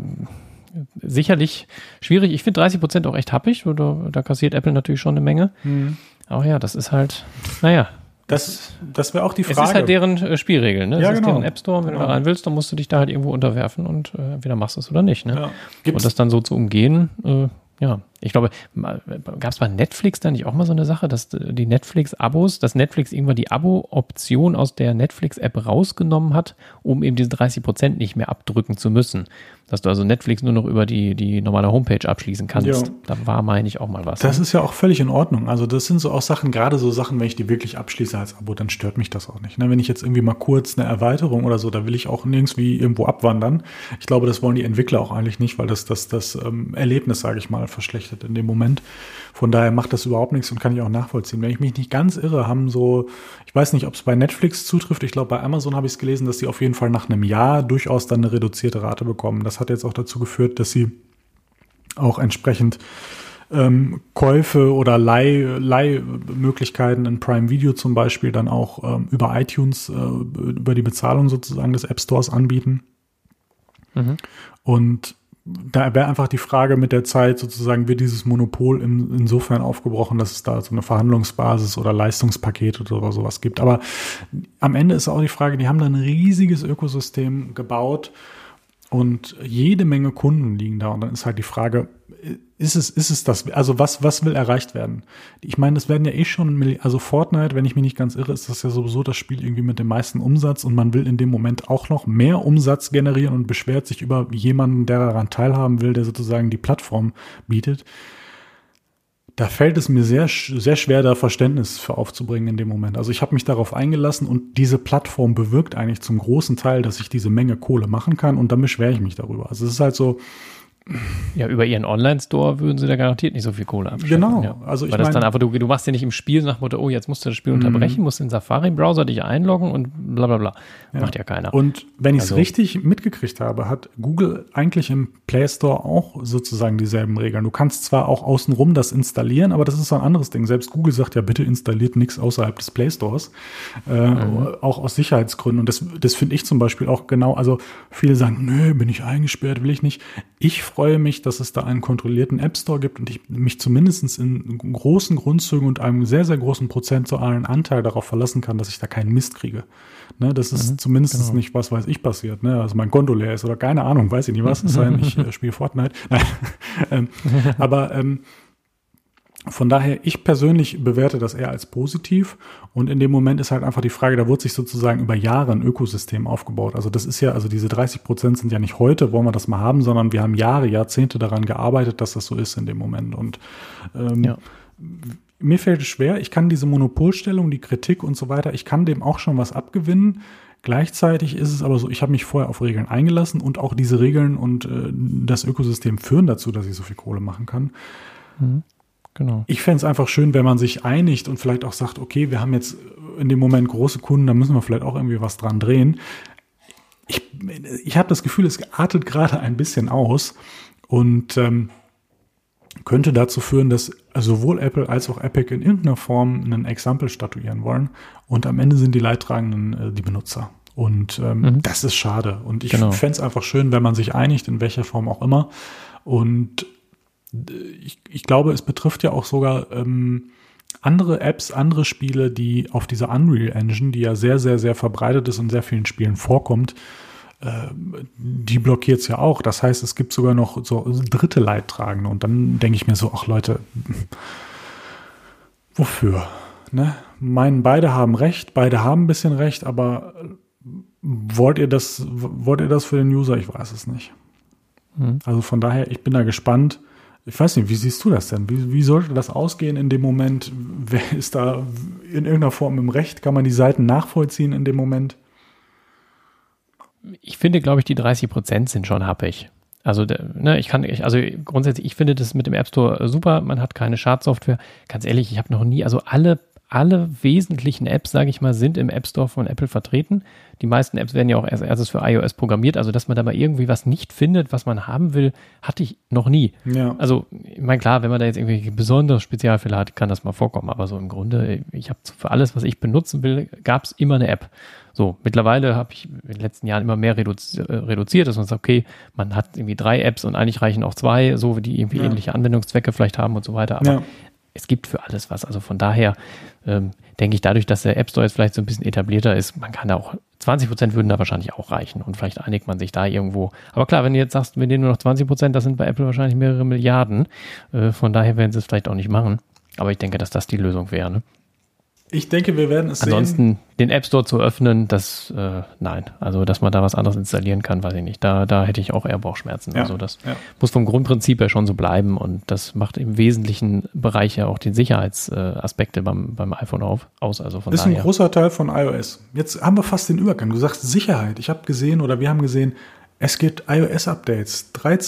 sicherlich schwierig. Ich finde 30% auch echt happig. Da kassiert Apple natürlich schon eine Menge. Aber ja, das ist halt, naja. Das wäre auch die Frage. Es ist halt deren Spielregeln, ne? Ja, es ist genau. deren App Store. Wenn du da rein willst, dann musst du dich da halt irgendwo unterwerfen und entweder machst du es oder nicht. Ne? Ja. Und das dann so zu umgehen, ja, ich glaube, gab es bei Netflix da nicht auch mal so eine Sache, dass die Netflix-Abos, dass Netflix irgendwann die Abo-Option aus der Netflix-App rausgenommen hat, um eben diese 30% nicht mehr abdrücken zu müssen. Dass du also Netflix nur noch über die normale Homepage abschließen kannst. Ja. Da war, meine ich, auch mal was. Das ist ja auch völlig in Ordnung. Also das sind so auch Sachen, gerade so Sachen, wenn ich die wirklich abschließe als Abo, dann stört mich das auch nicht. Ne? Wenn ich jetzt irgendwie mal kurz eine Erweiterung oder so, da will ich auch nirgends wie irgendwo abwandern. Ich glaube, das wollen die Entwickler auch eigentlich nicht, weil das Erlebnis, sage ich mal, verschlechtert in dem Moment. Von daher macht das überhaupt nichts und kann ich auch nachvollziehen. Wenn ich mich nicht ganz irre, haben so, ich weiß nicht, ob es bei Netflix zutrifft, ich glaube, bei Amazon habe ich es gelesen, dass sie auf jeden Fall nach einem Jahr durchaus dann eine reduzierte Rate bekommen. Das hat jetzt auch dazu geführt, dass sie auch entsprechend Käufe oder Leihmöglichkeiten in Prime Video zum Beispiel dann auch über iTunes, über die Bezahlung sozusagen des App Stores anbieten. Und da wäre einfach die Frage mit der Zeit sozusagen, wird dieses Monopol insofern aufgebrochen, dass es da so eine Verhandlungsbasis oder Leistungspaket oder sowas gibt. Aber am Ende ist auch die Frage, die haben da ein riesiges Ökosystem gebaut und jede Menge Kunden liegen da. Und dann ist halt die Frage, ist es das, also was will erreicht werden? Ich meine, das werden ja schon, also Fortnite, wenn ich mich nicht ganz irre, ist das ja sowieso das Spiel irgendwie mit dem meisten Umsatz und man will in dem Moment auch noch mehr Umsatz generieren und beschwert sich über jemanden, der daran teilhaben will, der sozusagen die Plattform bietet. Da fällt es mir sehr, sehr schwer, da Verständnis für aufzubringen in dem Moment. Also ich habe mich darauf eingelassen und diese Plattform bewirkt eigentlich zum großen Teil, dass ich diese Menge Kohle machen kann und dann beschwere ich mich darüber. Also es ist halt so. Ja, über ihren Online-Store würden sie da garantiert nicht so viel Kohle abschöpfen. Genau. Ja. Also weil das dann einfach, du machst ja nicht im Spiel nach dem Motto, oh, jetzt musst du das Spiel unterbrechen, musst in den Safari-Browser dich einloggen und bla bla bla. Ja. Macht ja keiner. Und wenn ich es richtig mitgekriegt habe, hat Google eigentlich im Play Store auch sozusagen dieselben Regeln. Du kannst zwar auch außenrum das installieren, aber das ist so ein anderes Ding. Selbst Google sagt ja, bitte installiert nichts außerhalb des Play Stores. Auch aus Sicherheitsgründen. Und das finde ich zum Beispiel auch genau, also viele sagen, nö, bin ich eingesperrt, will ich nicht. Ich freue mich, dass es da einen kontrollierten App Store gibt und ich mich zumindest in großen Grundzügen und einem sehr, sehr großen prozentualen Anteil darauf verlassen kann, dass ich da keinen Mist kriege. Ne, das ist zumindest nicht, was weiß ich, passiert. Ne? Also mein Konto leer ist oder keine Ahnung, weiß ich nicht was. Es sei denn, ich spiele Fortnite. Aber von daher, ich persönlich bewerte das eher als positiv und in dem Moment ist halt einfach die Frage, da wurde sich sozusagen über Jahre ein Ökosystem aufgebaut. Also das ist ja, also diese 30% sind ja nicht heute, wollen wir das mal haben, sondern wir haben Jahre, Jahrzehnte daran gearbeitet, dass das so ist in dem Moment und mir fällt es schwer, ich kann diese Monopolstellung, die Kritik und so weiter, ich kann dem auch schon was abgewinnen. Gleichzeitig ist es aber so, ich habe mich vorher auf Regeln eingelassen und auch diese Regeln und das Ökosystem führen dazu, dass ich so viel Kohle machen kann. Genau. Ich fände es einfach schön, wenn man sich einigt und vielleicht auch sagt, okay, wir haben jetzt in dem Moment große Kunden, da müssen wir vielleicht auch irgendwie was dran drehen. Ich habe das Gefühl, es artet gerade ein bisschen aus und könnte dazu führen, dass sowohl Apple als auch Epic in irgendeiner Form einen Exempel statuieren wollen und am Ende sind die Leidtragenden die Benutzer. Und das ist schade. Und ich fände es einfach schön, wenn man sich einigt, in welcher Form auch immer. Und ich glaube, es betrifft ja auch sogar andere Apps, andere Spiele, die auf dieser Unreal Engine, die ja sehr, sehr, sehr verbreitet ist und sehr vielen Spielen vorkommt, die blockiert es ja auch. Das heißt, es gibt sogar noch so dritte Leidtragende. Und dann denke ich mir so, ach Leute, wofür? Ne? Beide haben recht, beide haben ein bisschen recht, aber wollt ihr das für den User? Ich weiß es nicht. Also von daher, ich bin da gespannt. Ich weiß nicht, wie siehst du das denn? Wie sollte das ausgehen in dem Moment? Wer ist da in irgendeiner Form im Recht? Kann man die Seiten nachvollziehen in dem Moment? Ich finde, glaube ich, die 30% sind schon happig. Also, grundsätzlich, ich finde das mit dem App Store super. Man hat keine Schadsoftware. Ganz ehrlich, ich habe noch nie, also alle wesentlichen Apps, sage ich mal, sind im App Store von Apple vertreten. Die meisten Apps werden ja auch erst erstes für iOS programmiert. Also, dass man da mal irgendwie was nicht findet, was man haben will, hatte ich noch nie. Ja. Also, ich meine, klar, wenn man da jetzt irgendwie besondere Spezialfälle hat, kann das mal vorkommen. Aber so im Grunde, ich habe für alles, was ich benutzen will, gab es immer eine App. So, mittlerweile habe ich in den letzten Jahren immer mehr reduziert, dass man sagt, okay, man hat irgendwie 3 Apps und eigentlich reichen auch 2, so die irgendwie ähnliche Anwendungszwecke vielleicht haben und so weiter. Aber es gibt für alles was. Also von daher denke ich, dadurch, dass der App Store jetzt vielleicht so ein bisschen etablierter ist, man kann da auch, 20% würden da wahrscheinlich auch reichen und vielleicht einigt man sich da irgendwo. Aber klar, wenn du jetzt sagst, wir nehmen nur noch 20%, das sind bei Apple wahrscheinlich mehrere Milliarden. Von daher werden sie es vielleicht auch nicht machen. Aber ich denke, dass das die Lösung wäre, ne? Ich denke, wir werden es Ansonsten den App Store zu öffnen, nein. Also, dass man da was anderes installieren kann, weiß ich nicht. Da hätte ich auch eher Bauchschmerzen. Ja, also, das muss vom Grundprinzip her schon so bleiben. Und das macht im wesentlichen Bereich ja auch die Sicherheitsaspekte beim iPhone aus. Also von daher. Das ist ein großer Teil von iOS. Jetzt haben wir fast den Übergang. Du sagst Sicherheit. Wir haben gesehen, es gibt iOS-Updates.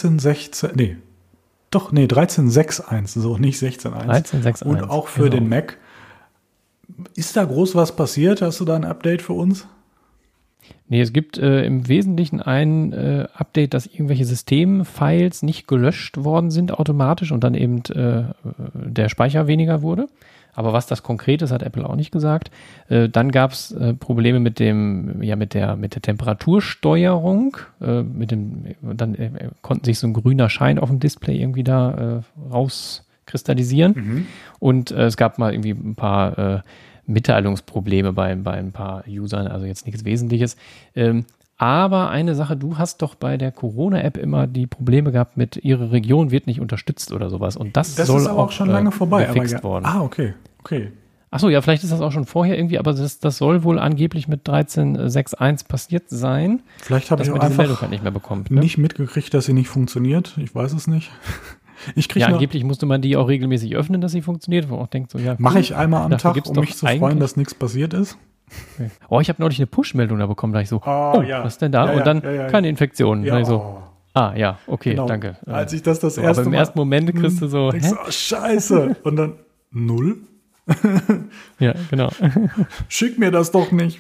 13.6.1, so nicht 16.1. 13.6.1. Und auch für den Mac. Ist da groß was passiert? Hast du da ein Update für uns? Nee, es gibt im Wesentlichen ein Update, dass irgendwelche Systemfiles nicht gelöscht worden sind automatisch und dann eben der Speicher weniger wurde. Aber was das konkret ist, hat Apple auch nicht gesagt. Dann gab es Probleme mit der Temperatursteuerung. Dann konnten sich so ein grüner Schein auf dem Display irgendwie da rauskristallisieren. Und es gab mal irgendwie ein paar Mitteilungsprobleme bei ein paar Usern, also jetzt nichts Wesentliches. Aber eine Sache, du hast doch bei der Corona-App immer die Probleme gehabt mit, ihre Region wird nicht unterstützt oder sowas. Und das soll ist aber auch schon lange vorbei. Gefixt worden. Ah, okay. Achso, ja, vielleicht ist das auch schon vorher irgendwie, aber das soll wohl angeblich mit 13.6.1 passiert sein. Vielleicht habe ich auch einfach Meldung halt nicht mehr bekommen. Nicht mitgekriegt, dass sie nicht funktioniert. Ich weiß es nicht. Angeblich musste man die auch regelmäßig öffnen, dass sie funktioniert. Wo man auch denkt, so, ja, mache ich einmal am Tag, um mich zu freuen, dass nichts passiert ist. Okay. Oh, ich habe neulich eine Push-Meldung da bekommen, da ich so, was ist denn da? Und dann keine Infektion. Ja, so, okay, genau. Danke. Als ich das erste Mal... Aber im ersten Moment kriegst du so, scheiße. Und dann 0? Ja, genau. Schick mir das doch nicht.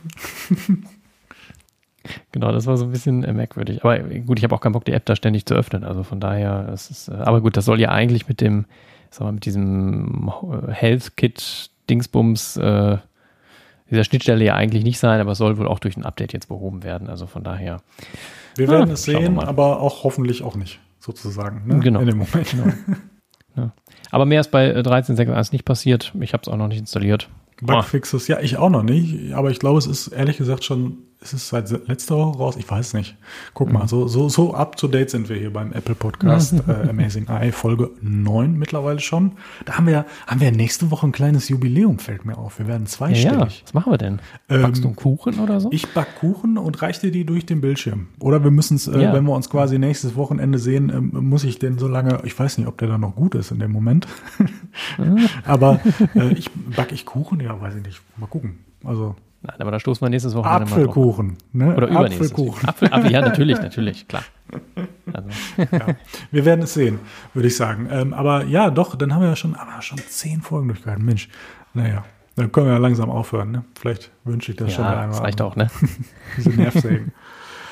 Genau, das war so ein bisschen merkwürdig. Aber gut, ich habe auch keinen Bock, die App da ständig zu öffnen. Also von daher, aber gut, das soll ja eigentlich mit diesem Health-Kit-Dingsbums dieser Schnittstelle ja eigentlich nicht sein, aber es soll wohl auch durch ein Update jetzt behoben werden. Also von daher. Wir werden es sehen, aber auch hoffentlich auch nicht, sozusagen. Ne? Genau. In dem Moment. Genau. Ja. Aber mehr ist bei 13.6.1 nicht passiert. Ich habe es auch noch nicht installiert. Bugfixes, ja, ich auch noch nicht. Aber ich glaube, es ist ehrlich gesagt schon, es ist seit letzter Woche raus. Ich weiß nicht. Guck mal, so up to date sind wir hier beim Apple Podcast Amazing Eye Folge 9 mittlerweile schon. Da haben wir nächste Woche ein kleines Jubiläum, fällt mir auf. Wir werden zweistellig. Ja, was machen wir denn? Backst du einen Kuchen oder so? Ich back Kuchen und reiche dir die durch den Bildschirm. Oder wir müssen es, wenn wir uns quasi nächstes Wochenende sehen, muss ich den so lange, ich weiß nicht, ob der dann noch gut ist in dem Moment. Aber ich Kuchen? Ja, weiß ich nicht. Mal gucken. Also nein, aber da stoßen wir nächstes Wochenende Apfelkuchen, mal drauf. Ne? Oder übernächstes. Apfel, ja, natürlich, klar. Also. Ja, wir werden es sehen, würde ich sagen. Aber ja, doch, dann haben wir ja schon 10 Folgen durchgehalten. Mensch, naja, dann können wir ja langsam aufhören. Ne? Vielleicht wünsche ich das schon einmal. Das reicht auch, ne? Diese Nervsägen.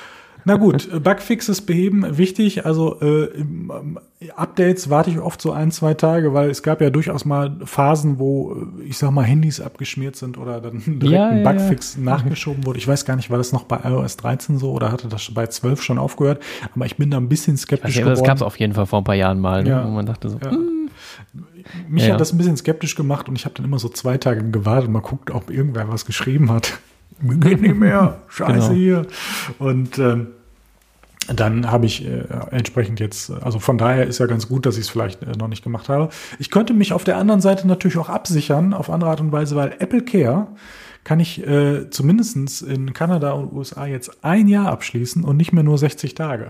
Na gut, Bugfixes beheben, wichtig. Also Updates warte ich oft so 1-2 Tage, weil es gab ja durchaus mal Phasen, wo, ich sag mal, Handys abgeschmiert sind oder dann direkt ein Bugfix nachgeschoben wurde. Ich weiß gar nicht, war das noch bei iOS 13 so oder hatte das bei 12 schon aufgehört? Aber ich bin da ein bisschen skeptisch geworden. Das gab es auf jeden Fall vor ein paar Jahren mal, Ja. wo man dachte so, Mich hat das ein bisschen skeptisch gemacht und ich habe dann immer so 2 Tage gewartet und mal guckt, ob irgendwer was geschrieben hat. Geht nicht mehr, scheiße hier. Und dann habe ich entsprechend jetzt, also von daher ist ja ganz gut, dass ich es vielleicht noch nicht gemacht habe. Ich könnte mich auf der anderen Seite natürlich auch absichern, auf andere Art und Weise, weil Apple Care kann ich zumindest in Kanada und USA jetzt 1 Jahr abschließen und nicht mehr nur 60 Tage.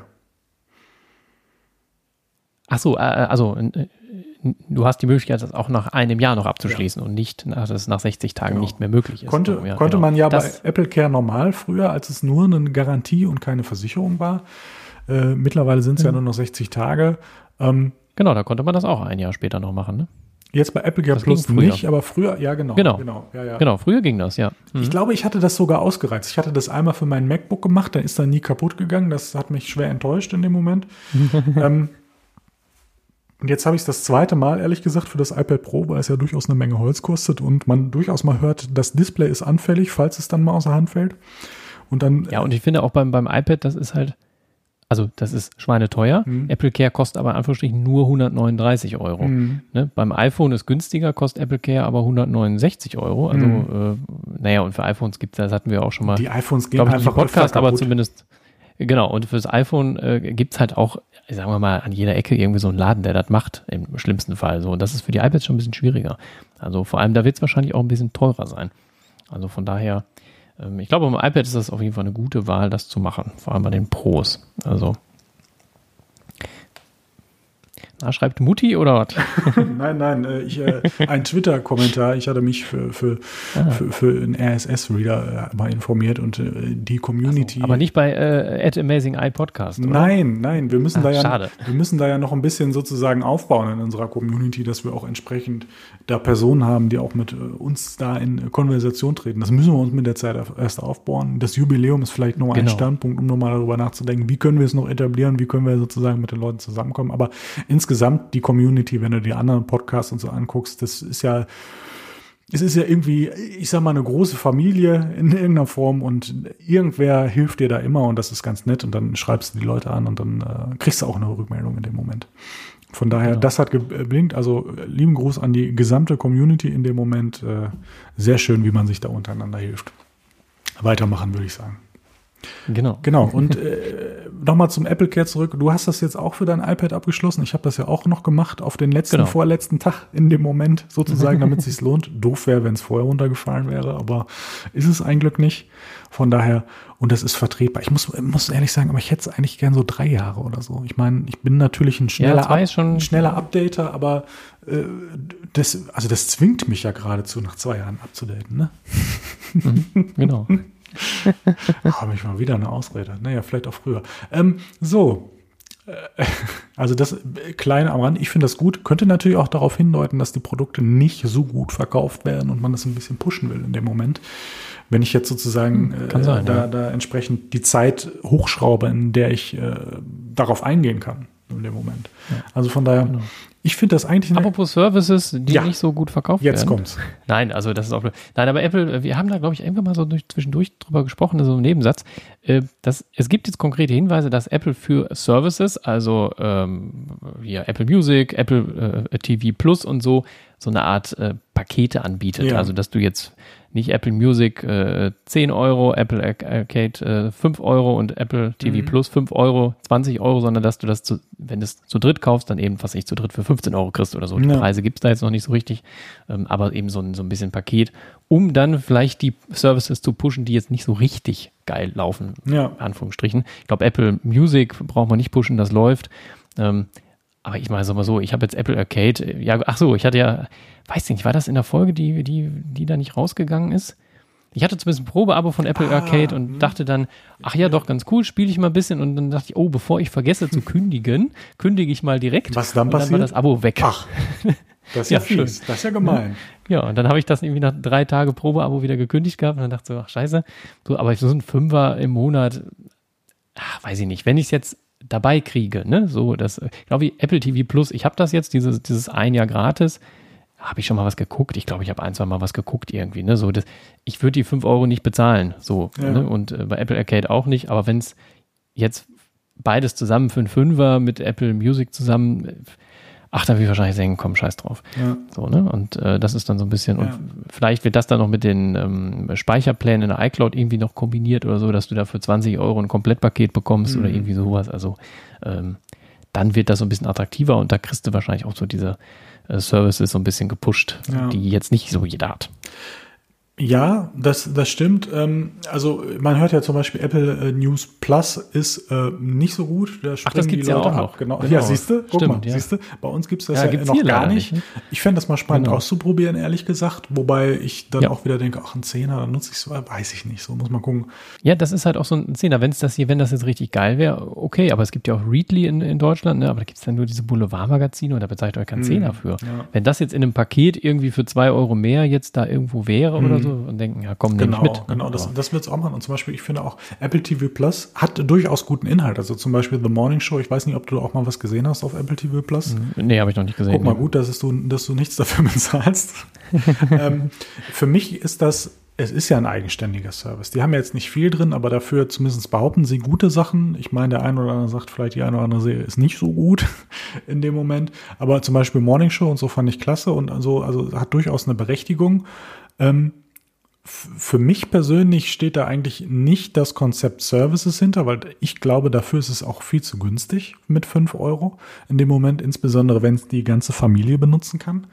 ach so, also du hast die Möglichkeit, das auch nach einem Jahr noch abzuschließen und nicht, dass es nach 60 Tagen nicht mehr möglich ist. Konnte man ja bei Apple Care normal früher, als es nur eine Garantie und keine Versicherung war. Mittlerweile sind es ja nur noch 60 Tage. Genau, da konnte man das auch 1 Jahr später noch machen, ne? Jetzt bei Apple Care Plus nicht, aber früher, ja genau. Genau, früher ging das, ja. Ich glaube, ich hatte das sogar ausgereizt. Ich hatte das einmal für mein MacBook gemacht, dann ist dann nie kaputt gegangen. Das hat mich schwer enttäuscht in dem Moment. Und jetzt habe ich es das 2. Mal, ehrlich gesagt, für das iPad Pro, weil es ja durchaus eine Menge Holz kostet und man durchaus mal hört, das Display ist anfällig, falls es dann mal aus der Hand fällt. Und dann, ja, und ich finde auch beim iPad, das ist halt, also das ist schweineteuer. Apple Care kostet aber in Anführungsstrichen nur 139 Euro. Ne? Beim iPhone ist günstiger, kostet Apple Care aber 169 Euro. Also, naja, und für iPhones gibt es, das hatten wir auch schon mal. Die iPhones gehen einfach Podcast, aber zumindest, genau, und fürs iPhone gibt es halt auch, sagen wir mal, an jeder Ecke irgendwie so einen Laden, der das macht, im schlimmsten Fall. So, und das ist für die iPads schon ein bisschen schwieriger. Also vor allem, da wird es wahrscheinlich auch ein bisschen teurer sein. Also von daher, ich glaube, beim iPad ist das auf jeden Fall eine gute Wahl, das zu machen. Vor allem bei den Pros. Also, schreibt Mutti oder was? Nein, ein Twitter-Kommentar. Ich hatte mich für einen RSS-Reader mal informiert und die Community. Aber nicht bei @AmazingEyePodcast, oder? Nein, wir müssen da ja noch ein bisschen sozusagen aufbauen in unserer Community, dass wir auch entsprechend da Personen haben, die auch mit uns da in Konversation treten. Das müssen wir uns mit der Zeit erst aufbauen. Das Jubiläum ist vielleicht noch ein Standpunkt, um nochmal darüber nachzudenken, wie können wir es noch etablieren, wie können wir sozusagen mit den Leuten zusammenkommen. Aber insgesamt die Community, wenn du die anderen Podcasts und so anguckst, es ist ja irgendwie, ich sag mal, eine große Familie in irgendeiner Form und irgendwer hilft dir da immer und das ist ganz nett und dann schreibst du die Leute an und dann kriegst du auch eine Rückmeldung in dem Moment. Von daher, das hat geblinkt. Also lieben Gruß an die gesamte Community in dem Moment. Sehr schön, wie man sich da untereinander hilft. Weitermachen, würde ich sagen. Genau. Und nochmal zum Apple Care zurück. Du hast das jetzt auch für dein iPad abgeschlossen. Ich habe das ja auch noch gemacht auf den vorletzten Tag in dem Moment sozusagen, damit es sich lohnt. Doof wäre, wenn es vorher runtergefallen wäre, aber ist es ein Glück nicht. Von daher, und das ist vertretbar. Ich muss ehrlich sagen, aber ich hätte es eigentlich gern so 3 Jahre oder so. Ich meine, ich bin natürlich ein schneller Updater, aber das zwingt mich ja geradezu, nach 2 Jahren abzudaten, ne? Genau. Habe ich mal wieder eine Ausrede. Naja, vielleicht auch früher. Also das Kleine am Rand, ich finde das gut. Könnte natürlich auch darauf hindeuten, dass die Produkte nicht so gut verkauft werden und man das ein bisschen pushen will in dem Moment. Wenn ich jetzt sozusagen da entsprechend die Zeit hochschraube, in der ich darauf eingehen kann in dem Moment. Ja. Also von daher, ich finde das eigentlich... Apropos Services, die nicht so gut verkauft werden. Jetzt kommt's. Nein, also das ist auch... Nein, aber Apple, wir haben da, glaube ich, irgendwann mal so zwischendurch drüber gesprochen, so im Nebensatz, es gibt jetzt konkrete Hinweise, dass Apple für Services, also Apple Music, Apple TV Plus und so eine Art Pakete anbietet. Ja. Also dass du jetzt nicht Apple Music 10 Euro, Apple Arcade 5 Euro und Apple TV Plus 5 Euro, 20 Euro, sondern dass du das, wenn du es zu dritt kaufst, dann eben, was ich zu dritt für 15 Euro kriegst oder so. Die Preise gibt es da jetzt noch nicht so richtig, aber eben so ein bisschen Paket, um dann vielleicht die Services zu pushen, die jetzt nicht so richtig geil laufen, in Anführungsstrichen. Ich glaube, Apple Music braucht man nicht pushen, das läuft. Aber ich meine, sag mal so, ich habe jetzt Apple Arcade, ich hatte ja, weiß nicht, war das in der Folge, die da nicht rausgegangen ist? Ich hatte zumindest ein Probeabo von Apple Arcade und dachte dann, doch, ganz cool, spiele ich mal ein bisschen und dann dachte ich, bevor ich vergesse zu kündigen, kündige ich mal direkt. Was dann passiert? Dann war das Abo weg. Ach, das ist ja fies, das ist ja gemein. Ja, und dann habe ich das irgendwie nach 3 Tage Probeabo wieder gekündigt gehabt und dann dachte ich so, scheiße, so, aber so ein 5er im Monat, weiß ich nicht, wenn ich es jetzt dabei kriege, ne, so, das, glaube wie Apple TV Plus, ich habe das jetzt, dieses ein Jahr gratis, habe ich schon mal was geguckt, ich glaube, ich habe 1-2 Mal was geguckt irgendwie, ne, so, ich würde die 5 Euro nicht bezahlen, so, ne, und bei Apple Arcade auch nicht, aber wenn es jetzt beides zusammen für einen Fünfer mit Apple Music zusammen, da will ich wahrscheinlich sagen, komm, scheiß drauf. Ja. So, ne? Und das ist dann so ein bisschen, und vielleicht wird das dann noch mit den Speicherplänen in der iCloud irgendwie noch kombiniert oder so, dass du da für 20 Euro ein Komplettpaket bekommst oder irgendwie sowas. Also dann wird das so ein bisschen attraktiver und da kriegst du wahrscheinlich auch so diese Services so ein bisschen gepusht, die jetzt nicht so jeder hat. Ja, das stimmt. Also man hört ja zum Beispiel Apple News Plus ist nicht so gut. Da das gibt's ja auch noch. Genau. Ja, siehst du? Guck mal, siehst du? Bei uns gibt's das ja noch gar nicht. Ich fände das mal spannend auszuprobieren, ehrlich gesagt. Wobei ich dann auch wieder denke, ein Zehner, dann nutze ich es, weiß ich nicht. So muss man gucken. Ja, das ist halt auch so ein Zehner. Wenn das jetzt richtig geil wäre, okay. Aber es gibt ja auch Readly in Deutschland, ne? Aber da gibt's dann nur diese Boulevardmagazine und da bezahlt euch keinen Zehner für. Ja. Wenn das jetzt in einem Paket irgendwie für 2 Euro mehr jetzt da irgendwo wäre oder so, und denken, ja komm, nehme ich mit. Genau, das wird es auch machen. Und zum Beispiel, ich finde auch, Apple TV Plus hat durchaus guten Inhalt. Also zum Beispiel The Morning Show, ich weiß nicht, ob du auch mal was gesehen hast auf Apple TV Plus. Nee, habe ich noch nicht gesehen. Guck mal, gut, dass du nichts dafür bezahlst. Für mich ist es ist ja ein eigenständiger Service. Die haben ja jetzt nicht viel drin, aber dafür zumindest behaupten sie gute Sachen. Ich meine, der eine oder andere sagt vielleicht, die eine oder andere Serie ist nicht so gut in dem Moment. Aber zum Beispiel Morning Show und so fand ich klasse und also hat durchaus eine Berechtigung. Für mich persönlich steht da eigentlich nicht das Konzept Services hinter, weil ich glaube, dafür ist es auch viel zu günstig mit 5 Euro in dem Moment, insbesondere wenn es die ganze Familie benutzen kann.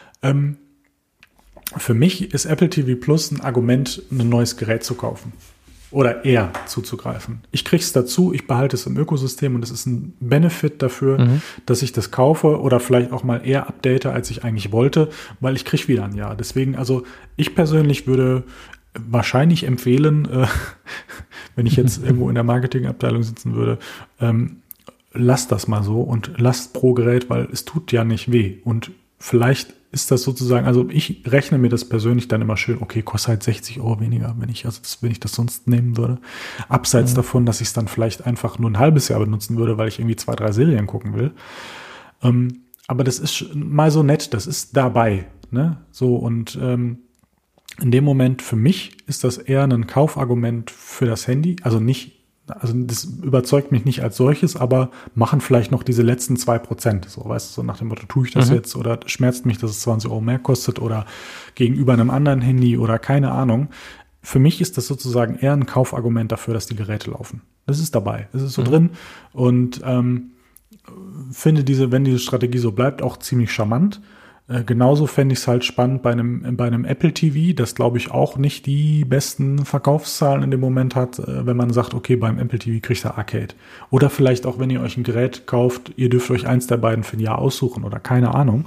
Für mich ist Apple TV Plus ein Argument, ein neues Gerät zu kaufen oder eher zuzugreifen. Ich kriege es dazu, ich behalte es im Ökosystem und es ist ein Benefit dafür, dass ich das kaufe oder vielleicht auch mal eher update, als ich eigentlich wollte, weil ich kriege wieder ein Jahr. Deswegen, also ich persönlich würde wahrscheinlich empfehlen, wenn ich jetzt irgendwo in der Marketingabteilung sitzen würde, lasst das mal so und lasst pro Gerät, weil es tut ja nicht weh. Und vielleicht ist das sozusagen, also ich rechne mir das persönlich dann immer schön, okay, kostet halt 60 Euro weniger, wenn ich das sonst nehmen würde. Abseits davon, dass ich es dann vielleicht einfach nur ein halbes Jahr benutzen würde, weil ich irgendwie 2, 3 Serien gucken will. Aber das ist mal so nett, das ist dabei, ne? So, und in dem Moment für mich ist das eher ein Kaufargument für das Handy, also das überzeugt mich nicht als solches, aber machen vielleicht noch diese letzten 2%. So, weißt du, so nach dem Motto, tue ich das jetzt oder schmerzt mich, dass es 20 Euro mehr kostet oder gegenüber einem anderen Handy oder keine Ahnung. Für mich ist das sozusagen eher ein Kaufargument dafür, dass die Geräte laufen. Das ist dabei, das ist so drin und finde wenn diese Strategie so bleibt, auch ziemlich charmant. Genauso fände ich es halt spannend bei einem Apple TV, das glaube ich auch nicht die besten Verkaufszahlen in dem Moment hat, wenn man sagt, okay, beim Apple TV kriegt ihr Arcade. Oder vielleicht auch, wenn ihr euch ein Gerät kauft, ihr dürft euch eins der beiden für ein Jahr aussuchen oder keine Ahnung.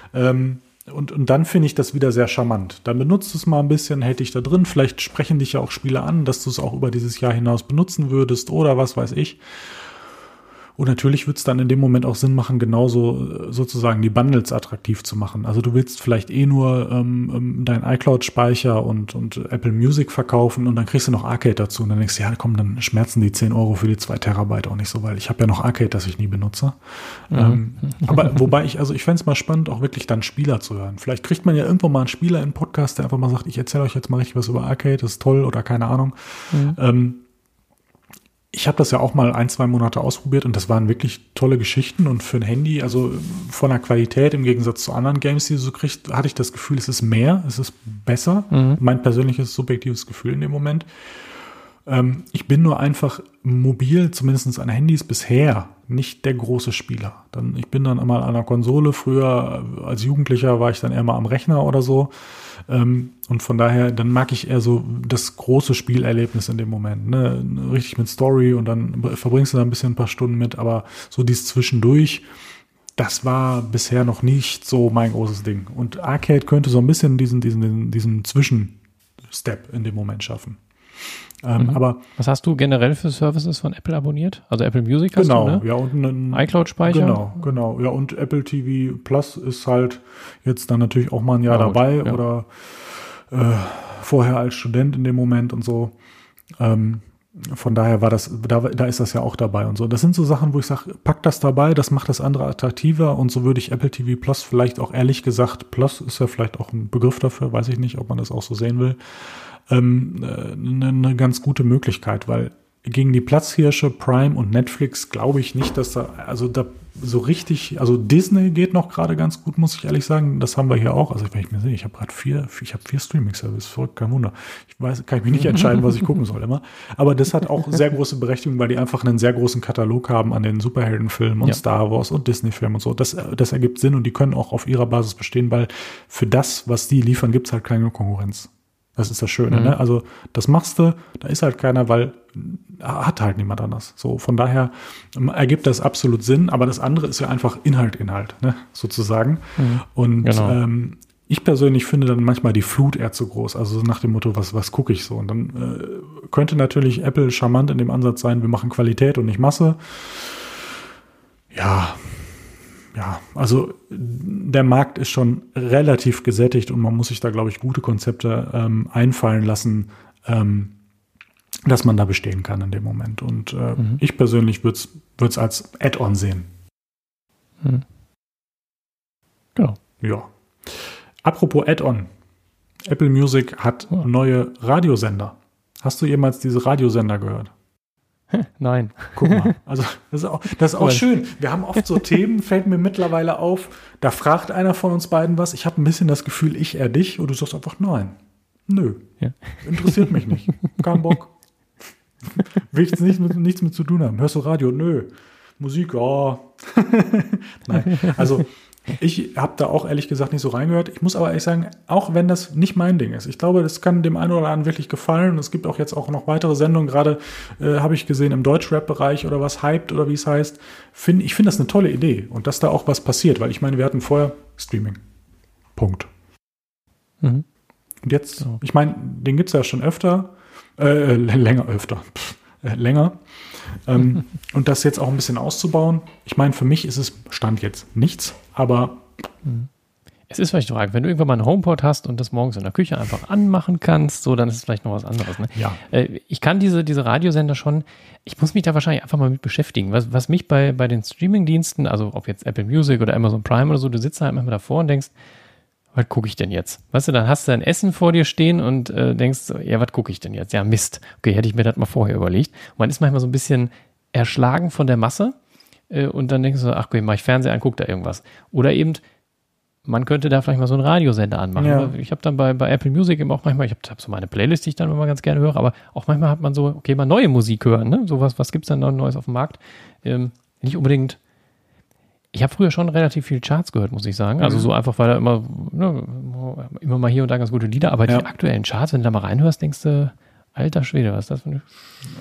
Und dann finde ich das wieder sehr charmant. Dann benutzt es mal ein bisschen, hält dich da drin. Vielleicht sprechen dich ja auch Spiele an, dass du es auch über dieses Jahr hinaus benutzen würdest oder was weiß ich. Und natürlich wird es dann in dem Moment auch Sinn machen, genauso sozusagen die Bundles attraktiv zu machen. Also du willst vielleicht nur deinen iCloud-Speicher und Apple Music verkaufen und dann kriegst du noch Arcade dazu. Und dann denkst du, ja komm, dann schmerzen die 10 Euro für die 2 Terabyte auch nicht so, weil ich habe ja noch Arcade, das ich nie benutze. Aber wobei ich fände es mal spannend, auch wirklich dann Spieler zu hören. Vielleicht kriegt man ja irgendwann mal einen Spieler in einen Podcast, der einfach mal sagt, ich erzähle euch jetzt mal richtig was über Arcade, das ist toll oder keine Ahnung. Ich habe das ja auch mal 1-2 Monate ausprobiert und das waren wirklich tolle Geschichten und für ein Handy, also von der Qualität im Gegensatz zu anderen Games, die du so kriegst, hatte ich das Gefühl, es ist mehr, es ist besser. Mein persönliches subjektives Gefühl in dem Moment. Ich bin nur einfach mobil, zumindest an Handys bisher, nicht der große Spieler. Ich bin dann mal an der Konsole, früher als Jugendlicher war ich dann eher mal am Rechner oder so. Und von daher, dann mag ich eher so das große Spielerlebnis in dem Moment, ne? Richtig mit Story und dann verbringst du da ein paar Stunden mit, aber so dieses Zwischendurch, das war bisher noch nicht so mein großes Ding. Und Arcade könnte so ein bisschen diesen Zwischenstep in dem Moment schaffen. Aber was hast du generell für Services von Apple abonniert? Also Apple Music hast du, ne? Ja, und einen iCloud-Speicher? Genau. Ja, und Apple TV Plus ist halt jetzt dann natürlich auch mal ein Jahr dabei oder vorher als Student in dem Moment und so. Von daher da ist das ja auch dabei und so. Das sind so Sachen, wo ich sage, pack das dabei, das macht das andere attraktiver und so würde ich Apple TV Plus vielleicht auch ehrlich gesagt, Plus ist ja vielleicht auch ein Begriff dafür, weiß ich nicht, ob man das auch so sehen will, eine ganz gute Möglichkeit, weil gegen die Platzhirsche, Prime und Netflix glaube ich nicht, dass da so richtig, also Disney geht noch gerade ganz gut, muss ich ehrlich sagen. Das haben wir hier auch. Also wenn ich mir sehe, ich habe gerade vier Streaming-Services, verrückt, kein Wunder. Kann ich mich nicht entscheiden, was ich gucken soll immer. Aber das hat auch sehr große Berechtigung, weil die einfach einen sehr großen Katalog haben an den Superheldenfilmen und Star Wars und Disney-Filmen und so. Das ergibt Sinn und die können auch auf ihrer Basis bestehen, weil für das, was die liefern, gibt es halt keine Konkurrenz. Das ist das Schöne, ne? Also das machst du, da ist halt keiner, weil hat halt niemand anders. So, von daher ergibt das absolut Sinn, aber das andere ist ja einfach Inhalt, ne? Sozusagen. Und ich persönlich finde dann manchmal die Flut eher zu groß. Also so nach dem Motto, was gucke ich so? Und dann könnte natürlich Apple charmant in dem Ansatz sein, wir machen Qualität und nicht Masse. Ja, also der Markt ist schon relativ gesättigt und man muss sich da, glaube ich, gute Konzepte einfallen lassen, dass man da bestehen kann in dem Moment. Und ich persönlich würde es als Add-on sehen. Genau. Ja. Apropos Add-on. Apple Music hat neue Radiosender. Hast du jemals diese Radiosender gehört? Nein. Guck mal, also das ist auch schön. Wir haben oft so Themen, fällt mir mittlerweile auf, da fragt einer von uns beiden was, ich habe ein bisschen das Gefühl, ich eher dich, und du sagst einfach nein. Nö. Ja. Interessiert mich nicht. Kein Bock. Will ich nichts mit zu tun haben. Hörst du Radio? Nö. Musik? Ja. Nein. Also ich habe da auch ehrlich gesagt nicht so reingehört. Ich muss aber ehrlich sagen, auch wenn das nicht mein Ding ist, ich glaube, das kann dem einen oder anderen wirklich gefallen. Und es gibt auch jetzt auch noch weitere Sendungen, gerade habe ich gesehen im Deutschrap-Bereich oder was, Hyped oder wie es heißt. Ich finde das eine tolle Idee und dass da auch was passiert, weil ich meine, wir hatten vorher Streaming. Punkt. Und jetzt, ich meine, den gibt es ja schon öfter, länger. Und das jetzt auch ein bisschen auszubauen. Ich meine, für mich ist es Stand jetzt nichts, aber es ist vielleicht fraglich, wenn du irgendwann mal einen HomePod hast und das morgens in der Küche einfach anmachen kannst, so, dann ist es vielleicht noch was anderes. Ne? Ja. Ich kann diese Radiosender schon, ich muss mich da wahrscheinlich einfach mal mit beschäftigen. Was mich bei den Streamingdiensten, also ob jetzt Apple Music oder Amazon Prime oder so, du sitzt halt manchmal davor und denkst, was gucke ich denn jetzt? Weißt du, dann hast du ein Essen vor dir stehen und denkst, ja, was gucke ich denn jetzt? Ja, Mist. Okay, hätte ich mir das mal vorher überlegt. Und man ist manchmal so ein bisschen erschlagen von der Masse und dann denkst du, ach okay, mach ich Fernseher an, guck da irgendwas. Oder eben, man könnte da vielleicht mal so einen Radiosender anmachen. Ja. Ich habe dann bei Apple Music eben auch manchmal, ich habe so meine Playlist, die ich dann immer ganz gerne höre, aber auch manchmal hat man so, okay, mal neue Musik hören, ne? So was gibt's dann noch Neues auf dem Markt? Nicht unbedingt. Ich habe früher schon relativ viel Charts gehört, muss ich sagen. Also so einfach, weil da immer mal hier und da ganz gute Lieder, aber die aktuellen Charts, wenn du da mal reinhörst, denkst du, alter Schwede, was ist das für eine...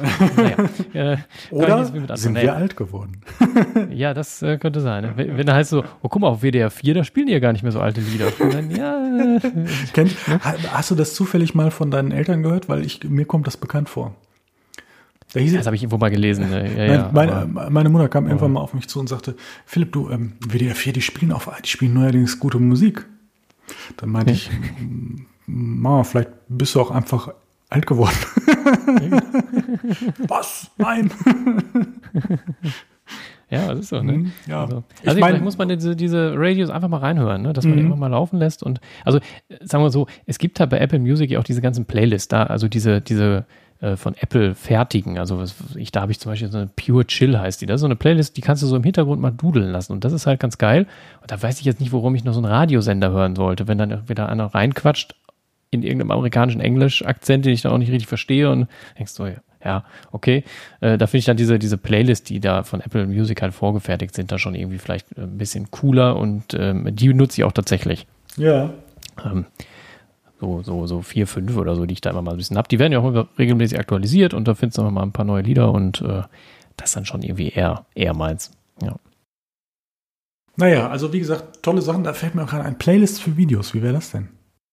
Oder sind wir alt geworden? Ja, das könnte sein. Ne? Wenn da heißt so, oh, guck mal, auf WDR 4, da spielen die ja gar nicht mehr so alte Lieder. Und dann, hast du das zufällig mal von deinen Eltern gehört? Weil mir kommt das bekannt vor. Das habe ich irgendwo mal gelesen. Ne? Meine Mutter kam irgendwann mal auf mich zu und sagte, Philipp, du, WDR 4, die spielen neuerdings gute Musik. Dann meinte ich, Mama, vielleicht bist du auch einfach alt geworden. Was? Nein. Ja, das ist so, ne? Ja. Also vielleicht muss man diese Radios einfach mal reinhören, ne? Dass man die immer mal laufen lässt. Und also, sagen wir so, es gibt halt bei Apple Music ja auch diese ganzen Playlists da, also diese von Apple fertigen. Also da habe ich zum Beispiel so eine Pure Chill heißt die. Das ist so eine Playlist, die kannst du so im Hintergrund mal dudeln lassen. Und das ist halt ganz geil. Und da weiß ich jetzt nicht, warum ich noch so einen Radiosender hören sollte, wenn dann wieder einer reinquatscht in irgendeinem amerikanischen Englisch-Akzent, den ich dann auch nicht richtig verstehe und denkst so, ja, okay. Da finde ich dann diese Playlist, die da von Apple Music halt vorgefertigt sind, da schon irgendwie vielleicht ein bisschen cooler und die nutze ich auch tatsächlich. Ja. So 4, 5 oder so, die ich da immer mal ein bisschen habe. Die werden ja auch regelmäßig aktualisiert und da findest du immer mal ein paar neue Lieder und das ist dann schon irgendwie eher meins. Ja. Naja, also wie gesagt, tolle Sachen. Da fällt mir auch gerade ein Playlist für Videos. Wie wäre das denn?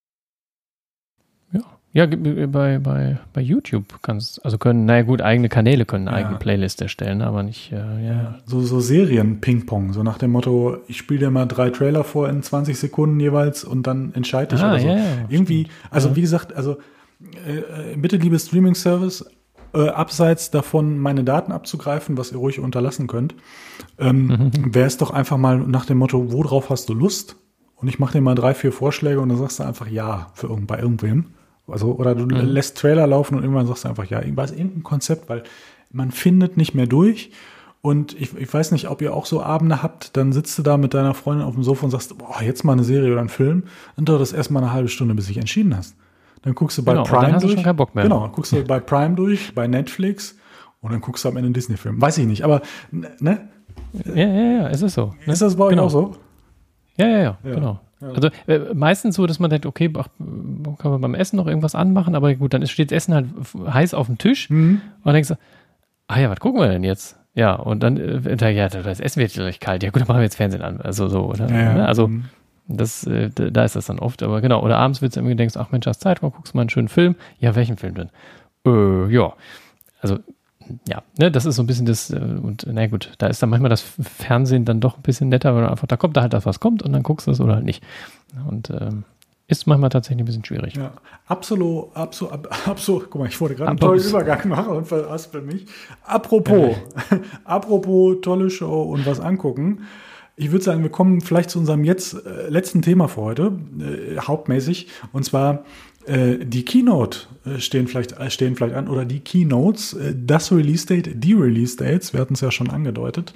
Ja, bei YouTube eigene Kanäle können eine eigene Playlist erstellen, aber nicht, So Serien-Ping-Pong, so nach dem Motto, ich spiele dir mal 3 Trailer vor in 20 Sekunden jeweils und dann entscheide ich oder so. Irgendwie, also wie gesagt, bitte liebe Streaming-Service, abseits davon meine Daten abzugreifen, was ihr ruhig unterlassen könnt, wäre es doch einfach mal nach dem Motto, worauf hast du Lust? Und ich mache dir mal 3, 4 Vorschläge und dann sagst du einfach ja bei irgendwem. Also, oder du lässt Trailer laufen und irgendwann sagst du einfach ja, irgendein Konzept, weil man findet nicht mehr durch. Und ich weiß nicht, ob ihr auch so Abende habt, dann sitzt du da mit deiner Freundin auf dem Sofa und sagst, boah, jetzt mal eine Serie oder einen Film. Und dauert das erstmal eine halbe Stunde, bis du dich entschieden hast. Dann guckst du bei Prime dann hast durch. Du schon keinen Bock mehr. Genau, guckst du bei Prime durch, bei Netflix und dann guckst du am Ende einen Disney-Film. Weiß ich nicht, aber ne? Ja, es ist so. Ne? Ist das bei euch auch so? Ja, genau. Ja. Also meistens so, dass man denkt, okay, kann man beim Essen noch irgendwas anmachen, aber gut, dann steht das Essen halt heiß auf dem Tisch und dann denkst du, was gucken wir denn jetzt? Ja, und dann, das Essen wird gleich kalt. Ja gut, dann machen wir jetzt Fernsehen an. Also so, oder? Ja. Also da ist das dann oft, aber genau. Oder abends wird es irgendwie denkst, ach Mensch, hast Zeit, guckst mal einen schönen Film. Ja, welchen Film denn? Ja. Also, ja, ne, das ist so ein bisschen das, und na gut, da ist dann manchmal das Fernsehen dann doch ein bisschen netter, weil einfach, da kommt da halt das, was kommt und dann guckst du es oder halt nicht. Und ist manchmal tatsächlich ein bisschen schwierig. Ja, absolut. Guck mal, ich wollte gerade einen tollen Übergang machen und verhaspel mich. Apropos tolle Show und was angucken. Ich würde sagen, wir kommen vielleicht zu unserem jetzt letzten Thema für heute, hauptmäßig. Und zwar die Keynote stehen vielleicht an oder die Keynotes, das Release-Date, die Release-Dates, wir hatten es ja schon angedeutet.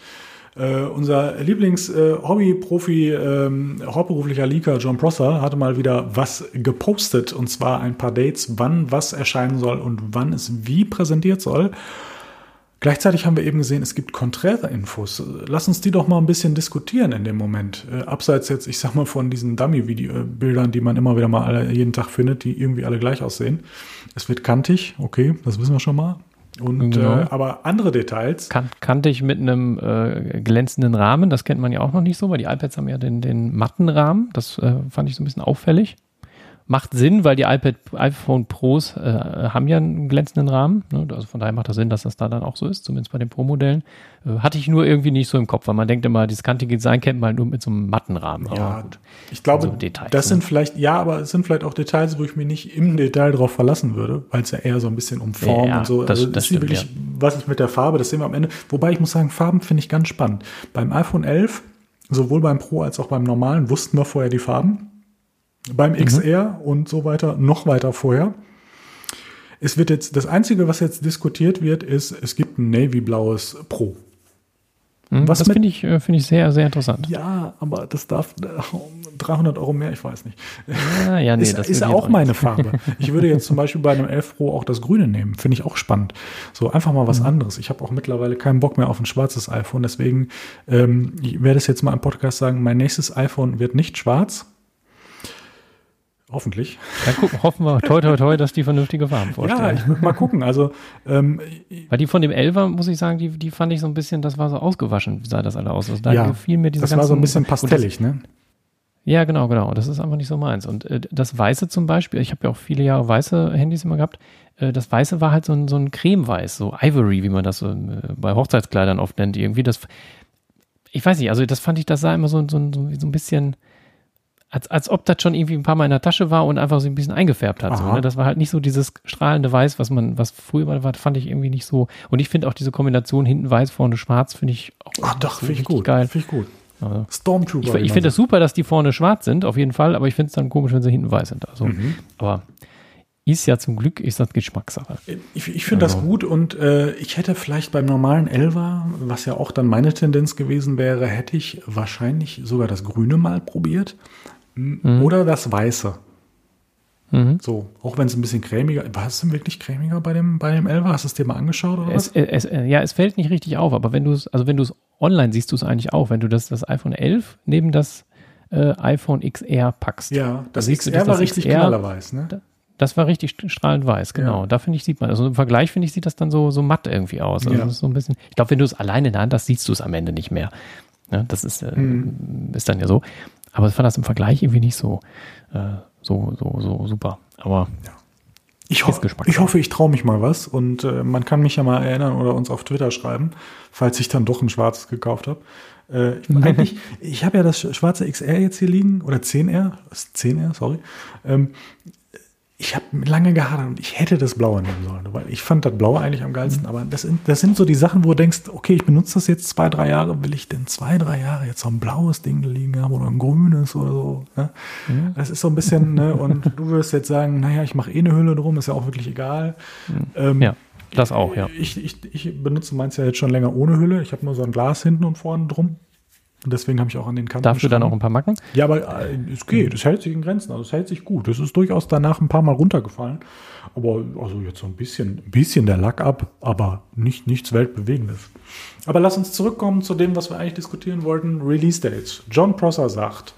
Unser Lieblings-Hobby-Profi, hauptberuflicher Leaker John Prosser hatte mal wieder was gepostet, und zwar ein paar Dates, wann was erscheinen soll und wann es wie präsentiert soll. Gleichzeitig haben wir eben gesehen, es gibt konträre-Infos. Lass uns die doch mal ein bisschen diskutieren in dem Moment. Abseits jetzt, ich sag mal, von diesen Dummy-Bildern, die man immer wieder mal jeden Tag findet, die irgendwie alle gleich aussehen. Es wird kantig, okay, das wissen wir schon mal. Und genau. Aber andere Details. Kantig mit einem glänzenden Rahmen, das kennt man ja auch noch nicht so, weil die iPads haben ja den matten Rahmen. Das fand ich so ein bisschen auffällig. Macht Sinn, weil die iPhone Pros haben ja einen glänzenden Rahmen. Ne? Also von daher macht das Sinn, dass das da dann auch so ist, zumindest bei den Pro-Modellen. Hatte ich nur irgendwie nicht so im Kopf, weil man denkt immer, dieses kantige Design kennt man nur mit so einem matten Rahmen. Ja, ich glaube, also Details, das sind vielleicht, aber es sind vielleicht auch Details, wo ich mich nicht im Detail drauf verlassen würde, weil es ja eher so ein bisschen um Form und so. Also das stimmt, wirklich, was ist mit der Farbe, das sehen wir am Ende. Wobei ich muss sagen, Farben finde ich ganz spannend. Beim iPhone 11, sowohl beim Pro als auch beim normalen, wussten wir vorher die Farben. Beim XR und so weiter, noch weiter vorher. Es wird jetzt, das Einzige, was jetzt diskutiert wird, ist, es gibt ein Navy-blaues Pro. Das finde ich sehr, sehr interessant. Ja, aber das darf 300 € mehr, ich weiß nicht. Ja, nee, das ist auch meine Farbe. Ich würde jetzt zum Beispiel bei einem 11 Pro auch das Grüne nehmen. Finde ich auch spannend. So, einfach mal was anderes. Ich habe auch mittlerweile keinen Bock mehr auf ein schwarzes iPhone. Deswegen, ich werde es jetzt mal im Podcast sagen, mein nächstes iPhone wird nicht schwarz. Hoffentlich. Dann hoffen wir, toi, dass die vernünftige Farben vorstellen. Ja, ich muss mal gucken. Also, weil die von dem 11er, muss ich sagen, die fand ich so ein bisschen, das war so ausgewaschen, sah das alle aus. Also da gefiel mir diese das war so ein bisschen pastellig, ne? Ja, genau. Das ist einfach nicht so meins. Und das Weiße zum Beispiel, ich habe ja auch viele Jahre weiße Handys immer gehabt, das Weiße war halt so ein Cremeweiß, so Ivory, wie man das bei Hochzeitskleidern oft nennt, irgendwie. Ich weiß nicht, also das fand ich, das sah immer so ein bisschen... Als ob das schon irgendwie ein paar Mal in der Tasche war und einfach so ein bisschen eingefärbt hat. So, ne? Das war halt nicht so dieses strahlende Weiß, was früher war, fand ich irgendwie nicht so. Und ich finde auch diese Kombination hinten weiß, vorne schwarz, finde ich auch finde ich gut. Geil. Finde ich gut. Also, Stormtrooper. Ich finde das super, dass die vorne schwarz sind, auf jeden Fall, aber ich finde es dann komisch, wenn sie hinten weiß sind. Also, aber ist ja zum Glück, ist das Geschmackssache. Ich finde das gut und ich hätte vielleicht beim normalen 11er, was ja auch dann meine Tendenz gewesen wäre, hätte ich wahrscheinlich sogar das Grüne mal probiert. Oder das Weiße. So, auch wenn es ein bisschen cremiger ist. War es denn wirklich cremiger bei dem 11er? Hast du es dir mal angeschaut oder was? Es fällt nicht richtig auf, aber wenn du es online siehst, du es eigentlich auch, wenn du das iPhone 11 neben das iPhone XR packst. Ja, das XR war richtig knallerweiß, ne? Das war richtig strahlend weiß, genau. Ja. Da finde ich, sieht man, also im Vergleich finde ich, sieht das dann so matt irgendwie aus. Also das ist so ein bisschen, ich glaube, wenn du es alleine in der Hand hast, siehst du es am Ende nicht mehr. Ja, das ist dann ja so. Aber ich fand das im Vergleich irgendwie nicht so super. Aber ich hoffe, ich traue mich mal was und man kann mich ja mal erinnern oder uns auf Twitter schreiben, falls ich dann doch ein schwarzes gekauft habe. Ich habe ja das schwarze XR jetzt hier liegen, oder 10R, sorry. Ich habe lange gehadert und ich hätte das Blaue nehmen sollen, weil ich fand das Blaue eigentlich am geilsten. Aber das sind so die Sachen, wo du denkst, okay, ich benutze das jetzt 2-3 Jahre, will ich denn 2-3 Jahre jetzt so ein blaues Ding liegen haben oder ein grünes oder so. Ne? Das ist so ein bisschen, ne? Und du wirst jetzt sagen, naja, ich mache eine Hülle drum, ist ja auch wirklich egal. Ja, das auch, ja. Ich benutze meins ja jetzt schon länger ohne Hülle. Ich habe nur so ein Glas hinten und vorne drum. Und deswegen habe ich auch an den Kanten. Dafür dann auch ein paar Macken? Ja, aber es geht. Es hält sich in Grenzen. Also es hält sich gut. Es ist durchaus danach ein paar Mal runtergefallen. Aber also jetzt so ein bisschen der Lack ab, aber nichts Weltbewegendes. Aber lass uns zurückkommen zu dem, was wir eigentlich diskutieren wollten. Release Dates. John Prosser sagt,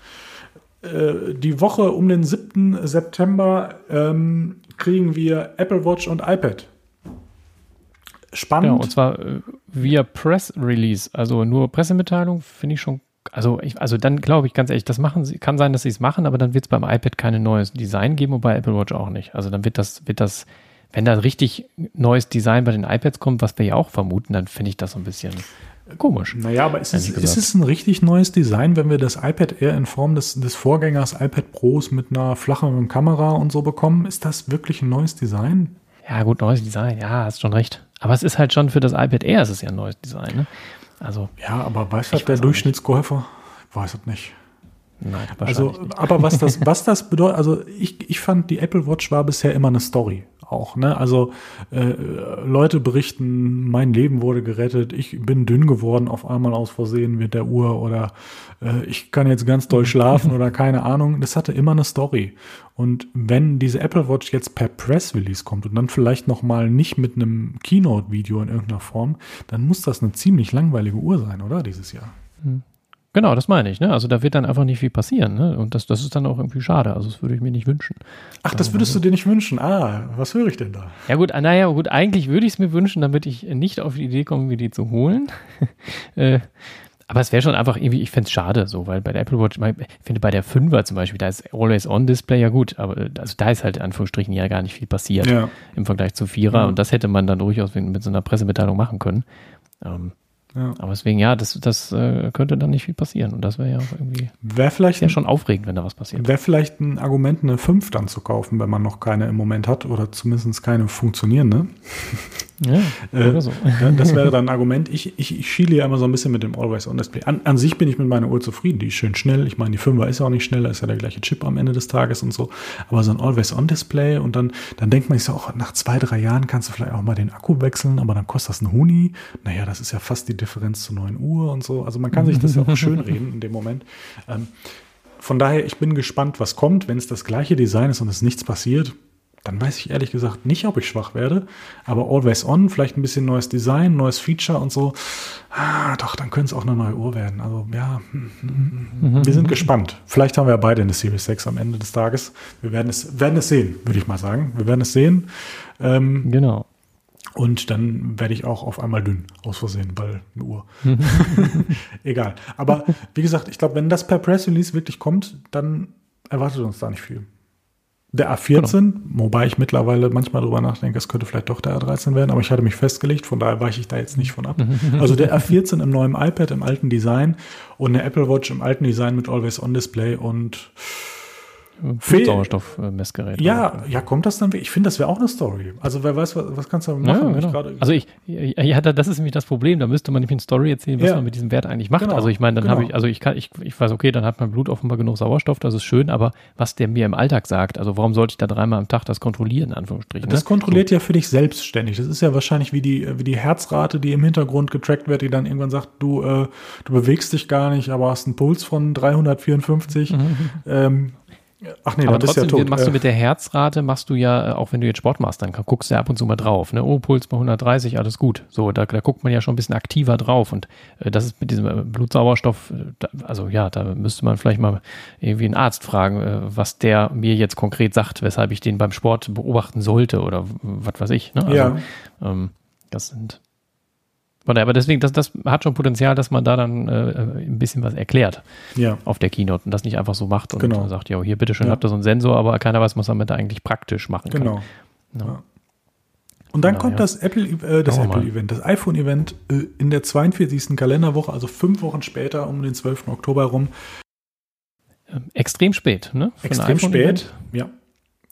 die Woche um den 7. September kriegen wir Apple Watch und iPad. Spannend. Ja, und zwar via Press Release, also nur Pressemitteilung, finde ich schon. Also dann glaube ich ganz ehrlich, kann sein, dass sie es machen, aber dann wird es beim iPad kein neues Design geben und bei Apple Watch auch nicht. Also dann wird das, wenn da richtig neues Design bei den iPads kommt, was wir ja auch vermuten, dann finde ich das so ein bisschen komisch. Naja, aber ist es ein richtig neues Design, wenn wir das iPad Air in Form des Vorgängers iPad Pros mit einer flacheren Kamera und so bekommen? Ist das wirklich ein neues Design? Ja gut, neues Design, ja, hast schon recht. Aber es ist halt schon für das iPad Air, es ist ja ein neues Design, ne? Also, ja, aber weiß das der Durchschnittskäufer? Weiß es nicht. Nein, also, aber was das bedeutet, also ich fand, die Apple Watch war bisher immer eine Story auch, ne? Also Leute berichten, mein Leben wurde gerettet, ich bin dünn geworden auf einmal aus Versehen mit der Uhr oder ich kann jetzt ganz doll schlafen oder keine Ahnung. Das hatte immer eine Story. Und wenn diese Apple Watch jetzt per Press Release kommt und dann vielleicht nochmal nicht mit einem Keynote-Video in irgendeiner Form, dann muss das eine ziemlich langweilige Uhr sein, oder, dieses Jahr? Genau, das meine ich, ne? Also da wird dann einfach nicht viel passieren, ne? Und das ist dann auch irgendwie schade. Also das würde ich mir nicht wünschen. Ach, das würdest du dir nicht wünschen? Was höre ich denn da? Ja gut, eigentlich würde ich es mir wünschen, damit ich nicht auf die Idee komme, mir die zu holen. Aber es wäre schon einfach irgendwie, ich fände es schade, so, weil bei der Apple Watch, ich finde bei der 5er zum Beispiel, da ist Always-On-Display ja gut, aber also da ist halt in Anführungsstrichen ja gar nicht viel passiert im Vergleich zu 4er und das hätte man dann durchaus mit so einer Pressemitteilung machen können. Aber deswegen, ja, das könnte dann nicht viel passieren. Und das wäre ja auch irgendwie schon aufregend, wenn da was passiert. Wäre vielleicht ein Argument, eine 5 dann zu kaufen, wenn man noch keine im Moment hat oder zumindest keine funktionierende. Ja, oder so. Das wäre dann ein Argument. Ich schiele ja immer so ein bisschen mit dem Always-On-Display. An sich bin ich mit meiner Uhr zufrieden. Die ist schön schnell. Ich meine, die 5er ist ja auch nicht schneller, ist ja der gleiche Chip am Ende des Tages und so. Aber so ein Always-On-Display und dann denkt man sich so, auch nach 2-3 Jahren kannst du vielleicht auch mal den Akku wechseln, aber dann kostet das ein Huni. Naja, das ist ja fast die Differenz zur neuen Uhr und so. Also man kann sich das ja auch schön reden in dem Moment. Von daher, ich bin gespannt, was kommt. Wenn es das gleiche Design ist und es nichts passiert, dann weiß ich ehrlich gesagt nicht, ob ich schwach werde. Aber Always On, vielleicht ein bisschen neues Design, neues Feature und so. Doch, dann könnte es auch eine neue Uhr werden. Also ja, wir sind gespannt. Vielleicht haben wir ja beide eine Series 6 am Ende des Tages. Wir werden es sehen, würde ich mal sagen. Wir werden es sehen. Genau. Und dann werde ich auch auf einmal dünn, aus Versehen, weil eine Uhr. Egal. Aber wie gesagt, ich glaube, wenn das per Press Release wirklich kommt, dann erwartet uns da nicht viel. Der A14, wobei ich mittlerweile manchmal drüber nachdenke, es könnte vielleicht doch der A13 werden, aber ich hatte mich festgelegt, von daher weiche ich da jetzt nicht von ab. Also der A14 im neuen iPad, im alten Design und eine Apple Watch im alten Design mit Always-On-Display und Blutsauerstoffmessgerät. Ja, kommt das dann? Ich finde, das wäre auch eine Story. Also wer weiß, was kannst du machen? Ja, genau. Also das ist nämlich das Problem. Da müsste man nämlich eine Story erzählen, was man mit diesem Wert eigentlich macht. Genau, also ich meine, dann habe ich weiß, okay, dann hat mein Blut offenbar genug Sauerstoff, das ist schön, aber was der mir im Alltag sagt, also warum sollte ich da 3-mal am Tag das kontrollieren, in Anführungsstrichen? Das kontrolliert ja für dich selbstständig. Das ist ja wahrscheinlich wie die Herzrate, die im Hintergrund getrackt wird, die dann irgendwann sagt, du bewegst dich gar nicht, aber hast einen Puls von 354. Ach nee, aber das trotzdem ist ja tot. Machst du mit der Herzrate, machst du ja, auch wenn du jetzt Sport machst, dann guckst du ja ab und zu mal drauf, ne? Oh, Puls bei 130, alles gut. So, da guckt man ja schon ein bisschen aktiver drauf und das ist mit diesem Blutsauerstoff, da müsste man vielleicht mal irgendwie einen Arzt fragen, was der mir jetzt konkret sagt, weshalb ich den beim Sport beobachten sollte oder was weiß ich, ne? Also, das sind... Aber deswegen, das hat schon Potenzial, dass man da dann ein bisschen was erklärt auf der Keynote und das nicht einfach so macht und sagt, ja, hier, bitteschön, habt ihr so einen Sensor, aber keiner weiß, was man damit eigentlich praktisch machen kann. Genau. Ja. Und dann kommt das Apple-Event, das iPhone-Event in der 42. Kalenderwoche, also 5 Wochen später, um den 12. Oktober rum. Extrem spät, ne? Extrem spät, ja.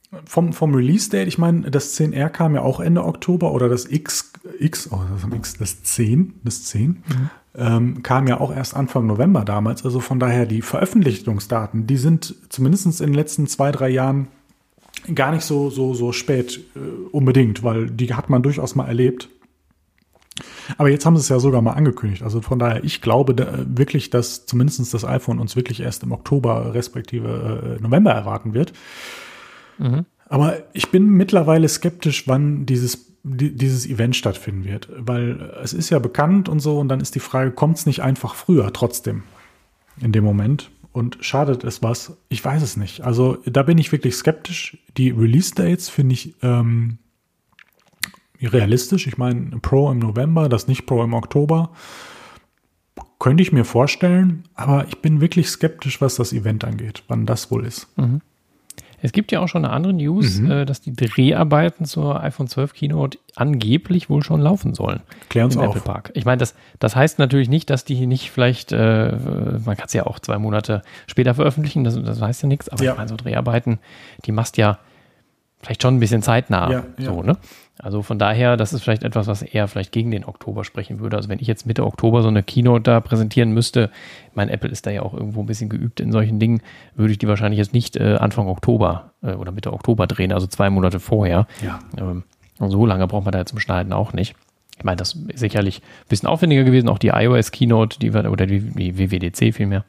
vom Release-Date, ich meine, das 10R kam ja auch Ende Oktober oder das das 10 kam ja auch erst Anfang November damals. Also von daher die Veröffentlichungsdaten, die sind zumindest in den letzten 2-3 Jahren gar nicht so spät unbedingt, weil die hat man durchaus mal erlebt. Aber jetzt haben sie es ja sogar mal angekündigt. Also von daher, ich glaube wirklich, dass zumindest das iPhone uns wirklich erst im Oktober respektive November erwarten wird. Mhm. Aber ich bin mittlerweile skeptisch, wann dieses Event stattfinden wird. Weil es ist ja bekannt und so und dann ist die Frage, kommt es nicht einfach früher trotzdem in dem Moment? Und schadet es was? Ich weiß es nicht. Also da bin ich wirklich skeptisch. Die Release-Dates finde ich realistisch. Ich meine, Pro im November, das nicht Pro im Oktober. Könnte ich mir vorstellen, aber ich bin wirklich skeptisch, was das Event angeht, wann das wohl ist. Mhm. Es gibt ja auch schon eine andere News, dass die Dreharbeiten zur iPhone 12 Keynote angeblich wohl schon laufen sollen. Klär uns auf. Apple Park. Ich meine, das heißt natürlich nicht, dass die nicht vielleicht, man kann es ja auch 2 Monate später veröffentlichen, das heißt ja nichts, aber ich meine, so Dreharbeiten, die machst ja vielleicht schon ein bisschen zeitnah. So, ne? Also von daher, das ist vielleicht etwas, was eher vielleicht gegen den Oktober sprechen würde. Also wenn ich jetzt Mitte Oktober so eine Keynote da präsentieren müsste, mein Apple ist da ja auch irgendwo ein bisschen geübt in solchen Dingen, würde ich die wahrscheinlich jetzt nicht Anfang Oktober oder Mitte Oktober drehen, also 2 Monate vorher. Ja. So lange braucht man da zum Schneiden auch nicht. Ich meine, das ist sicherlich ein bisschen aufwendiger gewesen, auch die iOS-Keynote, oder die WWDC vielmehr.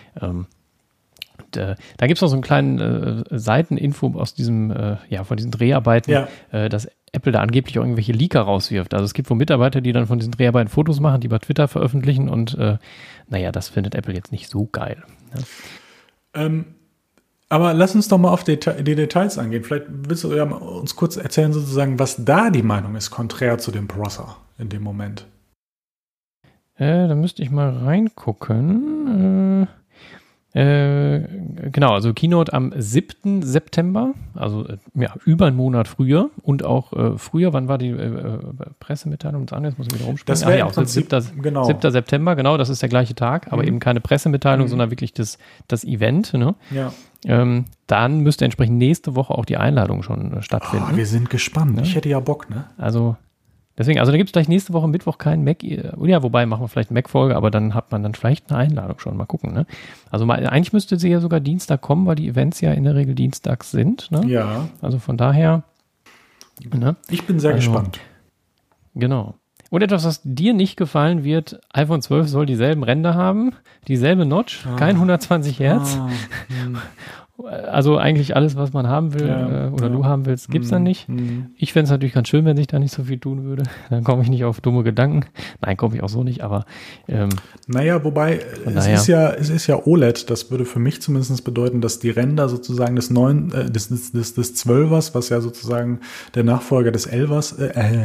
Da gibt es noch so einen kleinen Seiteninfo aus von diesen Dreharbeiten, dass Apple da angeblich auch irgendwelche Leaker rauswirft. Also es gibt wohl Mitarbeiter, die dann von diesen Dreharbeiten Fotos machen, die bei Twitter veröffentlichen und das findet Apple jetzt nicht so geil. Ja. Aber lass uns doch mal auf die Details angehen. Vielleicht willst du ja uns kurz erzählen sozusagen, was da die Meinung ist, konträr zu dem Prosser in dem Moment. Da müsste ich mal reingucken. Genau, also Keynote am 7. September, also über einen Monat früher und auch früher, wann war die Pressemitteilung? Jetzt muss ich wieder rumspringen. Das wäre im Prinzip, 7. September, genau, das ist der gleiche Tag, aber eben keine Pressemitteilung, sondern wirklich das Event. Ne? Ja. Dann müsste entsprechend nächste Woche auch die Einladung schon stattfinden. Wir sind gespannt. Ja? Ich hätte ja Bock, ne? Also deswegen, da gibt es gleich nächste Woche Mittwoch keinen Mac, wobei machen wir vielleicht eine Mac-Folge, aber dann hat man dann vielleicht eine Einladung schon, mal gucken, ne? Also eigentlich müsste sie ja sogar Dienstag kommen, weil die Events ja in der Regel dienstags sind, ne? Ja. Also von daher, ne? Ich bin sehr gespannt. Genau. Und etwas, was dir nicht gefallen wird, iPhone 12 soll dieselben Ränder haben, dieselbe Notch, kein 120 Hertz. Also eigentlich alles, was man haben will du haben willst, gibt's dann nicht. Ich fände es natürlich ganz schön, wenn sich da nicht so viel tun würde. Dann komme ich nicht auf dumme Gedanken. Nein, komme ich auch so nicht, aber wobei, es ist ja OLED. Das würde für mich zumindest bedeuten, dass die Ränder sozusagen des 12ers, was ja sozusagen der Nachfolger des 11ers,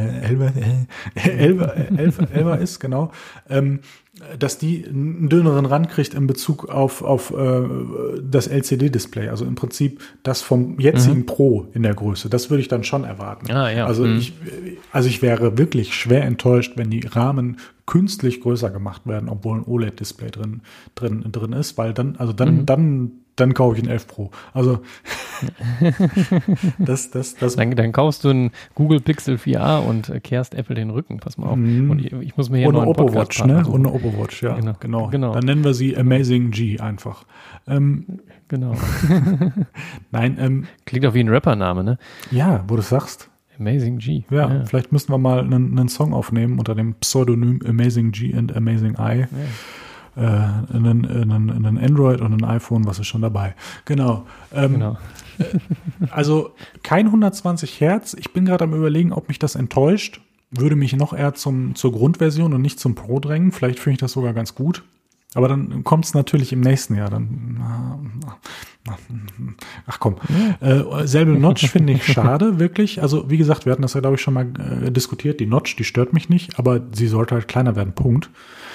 11er ist, genau, dass die einen dünneren Rand kriegt in Bezug auf das LCD-Display. Also im Prinzip das vom jetzigen Pro in der Größe. Das würde ich dann schon erwarten. Also ich wäre wirklich schwer enttäuscht, wenn die Rahmen künstlich größer gemacht werden, obwohl ein OLED-Display drin ist, weil dann kaufe ich einen 11 Pro. Also Dann kaufst du einen Google Pixel 4a und kehrst Apple den Rücken. Pass mal auf. Und ich muss mir hier noch einen Oppo Watch, ne? Und eine Oppo Watch, ja. Genau. Dann nennen wir sie Amazing G einfach. Genau. Nein. Klingt auch wie ein Rappername, ne? Ja, wo du sagst. Amazing G. Ja, vielleicht müssen wir mal einen Song aufnehmen unter dem Pseudonym Amazing G and Amazing I. Ja. Ein Android und ein iPhone, was ist schon dabei. Genau. Also kein 120 Hertz. Ich bin gerade am Überlegen, ob mich das enttäuscht. Würde mich noch eher zur Grundversion und nicht zum Pro drängen. Vielleicht finde ich das sogar ganz gut. Aber dann kommt es natürlich im nächsten Jahr. Ach komm. Selbe Notch finde ich schade, wirklich. Also wie gesagt, wir hatten das ja, glaube ich, schon mal diskutiert. Die Notch, die stört mich nicht, aber sie sollte halt kleiner werden. Punkt.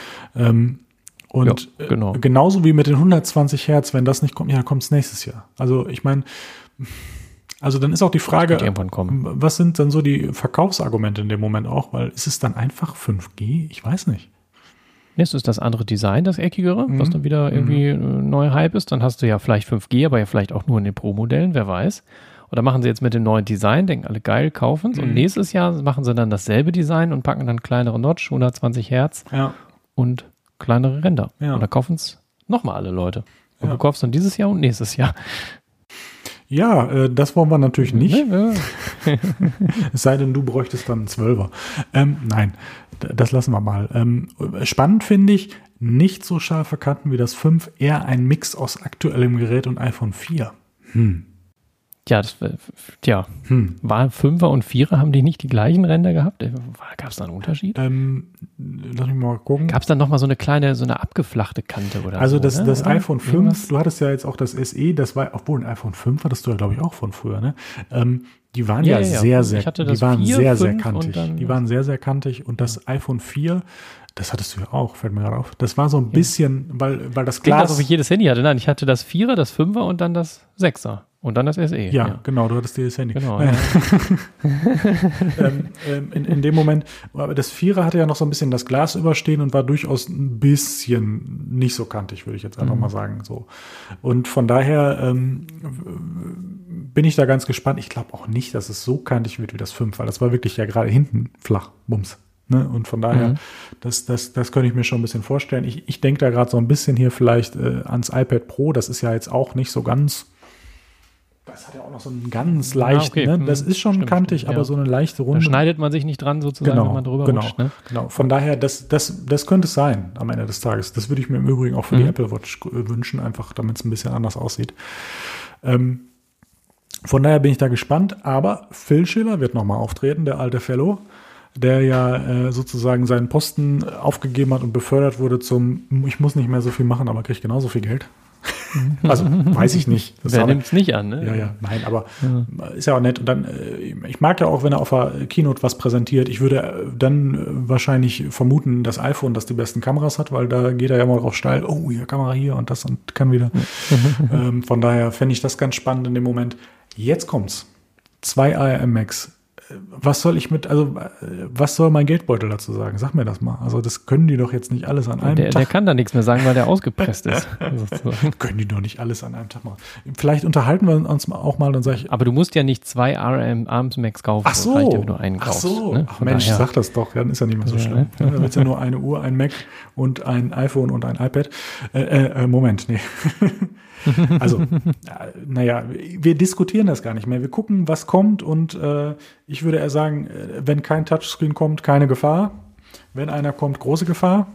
Und genauso wie mit den 120 Hertz, wenn das nicht kommt, dann kommt es nächstes Jahr. Also ich meine, dann ist auch die Frage, was sind dann so die Verkaufsargumente in dem Moment auch? Weil ist es dann einfach 5G? Ich weiß nicht. Es ist das andere Design, das eckigere, was dann wieder irgendwie neuer Hype ist. Dann hast du ja vielleicht 5G, aber ja vielleicht auch nur in den Pro-Modellen, wer weiß. Oder machen sie jetzt mit dem neuen Design, denken alle geil, kaufen es. Und nächstes Jahr machen sie dann dasselbe Design und packen dann kleinere Notch, 120 Hertz und kleinere Ränder. Ja. Und da kaufen es nochmal alle Leute. Und du kaufst dann dieses Jahr und nächstes Jahr. Ja, das wollen wir natürlich nicht. Es sei denn, du bräuchtest dann einen 12er. Nein, das lassen wir mal. Spannend finde ich, nicht so scharfe Kanten wie das 5, eher ein Mix aus aktuellem Gerät und iPhone 4. Ja, War 5er und 4er, haben die nicht die gleichen Ränder gehabt? Gab es da einen Unterschied? Lass mich mal gucken. Gab es dann nochmal so eine abgeflachte Kante oder also so? Also das oder? iPhone 5, irgendwas? Du hattest ja jetzt auch das SE, das war, obwohl ein iPhone 5 hattest du ja, glaube ich, auch von früher, ne? Die waren sehr, sehr kantig. Die waren sehr, sehr kantig und das iPhone 4, das hattest du ja auch, fällt mir gerade auf. Das war so ein bisschen, weil das Glas... Als ob ich jedes Handy hatte. Nein, ich hatte das 4er, das 5er und dann das 6er. Und dann das SE. Ja, genau, du hattest dieses Handy. Genau. In dem Moment, aber das 4er hatte ja noch so ein bisschen das Glas überstehen und war durchaus ein bisschen nicht so kantig, würde ich jetzt einfach mal sagen. So. Und von daher bin ich da ganz gespannt. Ich glaube auch nicht, dass es so kantig wird wie das 5, weil das war wirklich ja gerade hinten flach, Bums. Ne? Und von daher, das könnte ich mir schon ein bisschen vorstellen. Ich denke da gerade so ein bisschen hier vielleicht ans iPad Pro. Das ist ja jetzt auch nicht so ganz... Das hat ja auch noch so einen ganz leichten, ne? Das ist schon kantig, aber so eine leichte Runde. Da schneidet man sich nicht dran sozusagen, wenn man drüber rutscht. Ne? Genau, von daher, das könnte es sein am Ende des Tages. Das würde ich mir im Übrigen auch für die Apple Watch wünschen, einfach damit es ein bisschen anders aussieht. Von daher bin ich da gespannt, aber Phil Schiller wird nochmal auftreten, der alte Fellow, der ja sozusagen seinen Posten aufgegeben hat und befördert wurde ich muss nicht mehr so viel machen, aber kriege genauso viel Geld. Also, weiß ich nicht. Wer nimmt es nicht an, ne? Ja, nein, aber ist ja auch nett. Und dann, ich mag ja auch, wenn er auf der Keynote was präsentiert. Ich würde dann wahrscheinlich vermuten, das iPhone, das die besten Kameras hat, weil da geht er ja mal drauf steil. Oh, hier, Kamera hier und das und kann wieder. Von daher fände ich das ganz spannend in dem Moment. Jetzt kommt's. 2 ARM Max. Was soll mein Geldbeutel dazu sagen? Sag mir das mal. Also das können die doch jetzt nicht alles an einem Tag. Der kann da nichts mehr sagen, weil der ausgepresst ist. Können die doch nicht alles an einem Tag machen. Vielleicht unterhalten wir uns auch mal, dann sage ich. Aber du musst ja nicht 2 ARM Max kaufen. Ach so. Reicht ja, wenn du einen kaufst. Ach so. Ne? Ach Mensch, sag das doch. Dann ist ja nicht mehr so schlimm. Dann willst du ja nur eine Uhr, ein Mac und ein iPhone und ein iPad. Moment, nee. Also, naja, wir diskutieren das gar nicht mehr. Wir gucken, was kommt und ich würde eher sagen, wenn kein Touchscreen kommt, keine Gefahr. Wenn einer kommt, große Gefahr.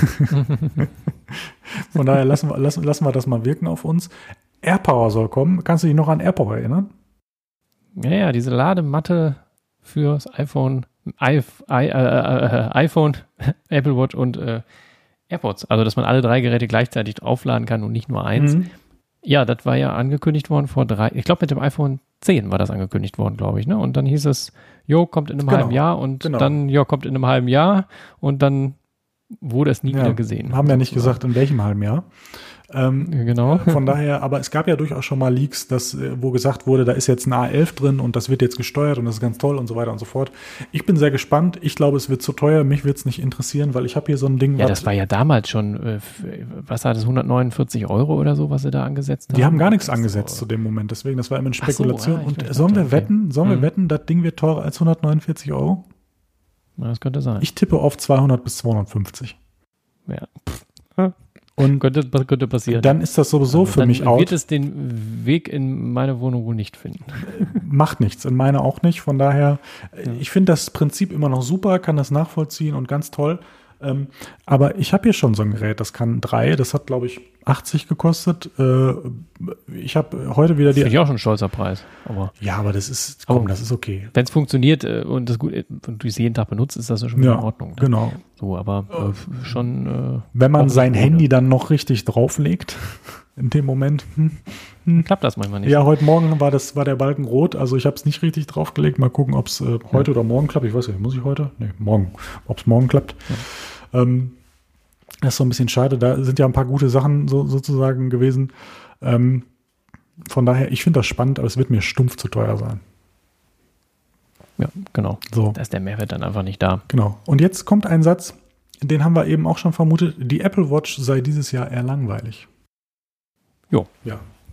Von daher lassen wir das mal wirken auf uns. AirPower soll kommen. Kannst du dich noch an AirPower erinnern? Ja, diese Ladematte fürs iPhone, Apple Watch und AirPods. Also, dass man alle 3 Geräte gleichzeitig aufladen kann und nicht nur eins. Ja, das war ja angekündigt worden ich glaube mit dem iPhone 10 war das angekündigt worden, glaube ich, ne? Und dann hieß es, kommt in einem halben Jahr und dann, kommt in einem halben Jahr und dann wurde es nie wieder gesehen. Haben ja nicht gesagt, in welchem halben Jahr. Genau. Von daher, aber es gab ja durchaus schon mal Leaks, wo gesagt wurde, da ist jetzt ein A11 drin und das wird jetzt gesteuert und das ist ganz toll und so weiter und so fort. Ich bin sehr gespannt. Ich glaube, es wird zu teuer. Mich wird es nicht interessieren, weil ich habe hier so ein Ding. Ja, das war ja damals schon, was war das, 149 € oder so, was sie da angesetzt haben? Die haben gar nichts angesetzt zu dem Moment. Deswegen, das war immer eine Spekulation. Und sollen wir wetten, das Ding wird teurer als 149 €? Ja, das könnte sein. Ich tippe auf 200 bis 250. Ja. Und könnte passieren. Dann ist das sowieso für mich out. Dann wird es den Weg in meine Wohnung wohl nicht finden. Macht nichts, in meine auch nicht. Von daher, ich finde das Prinzip immer noch super, kann das nachvollziehen und ganz toll. Aber ich habe hier schon so ein Gerät, das kann 3, das hat, glaube ich, 80 gekostet. Ich habe heute wieder Finde ich auch schon ein stolzer Preis. Ja, aber das ist okay. Wenn es funktioniert und das gut und du es jeden Tag benutzt, ist das ja schon in Ordnung. Ne? Genau. So, aber schon. Wenn man sein Handy dann noch richtig drauflegt, in dem Moment. Klappt das manchmal nicht. Ja, heute Morgen war der Balken rot, also ich habe es nicht richtig draufgelegt. Mal gucken, ob es heute oder morgen klappt. Ich weiß nicht, muss ich heute? Nee, morgen. Ob es morgen klappt. Ja. Das ist so ein bisschen schade. Da sind ja ein paar gute Sachen sozusagen gewesen. Von daher, ich finde das spannend, aber es wird mir stumpf zu teuer sein. Ja, genau. So. Da ist der Mehrwert dann einfach nicht da. Genau. Und jetzt kommt ein Satz, den haben wir eben auch schon vermutet. Die Apple Watch sei dieses Jahr eher langweilig. Jo. Ja.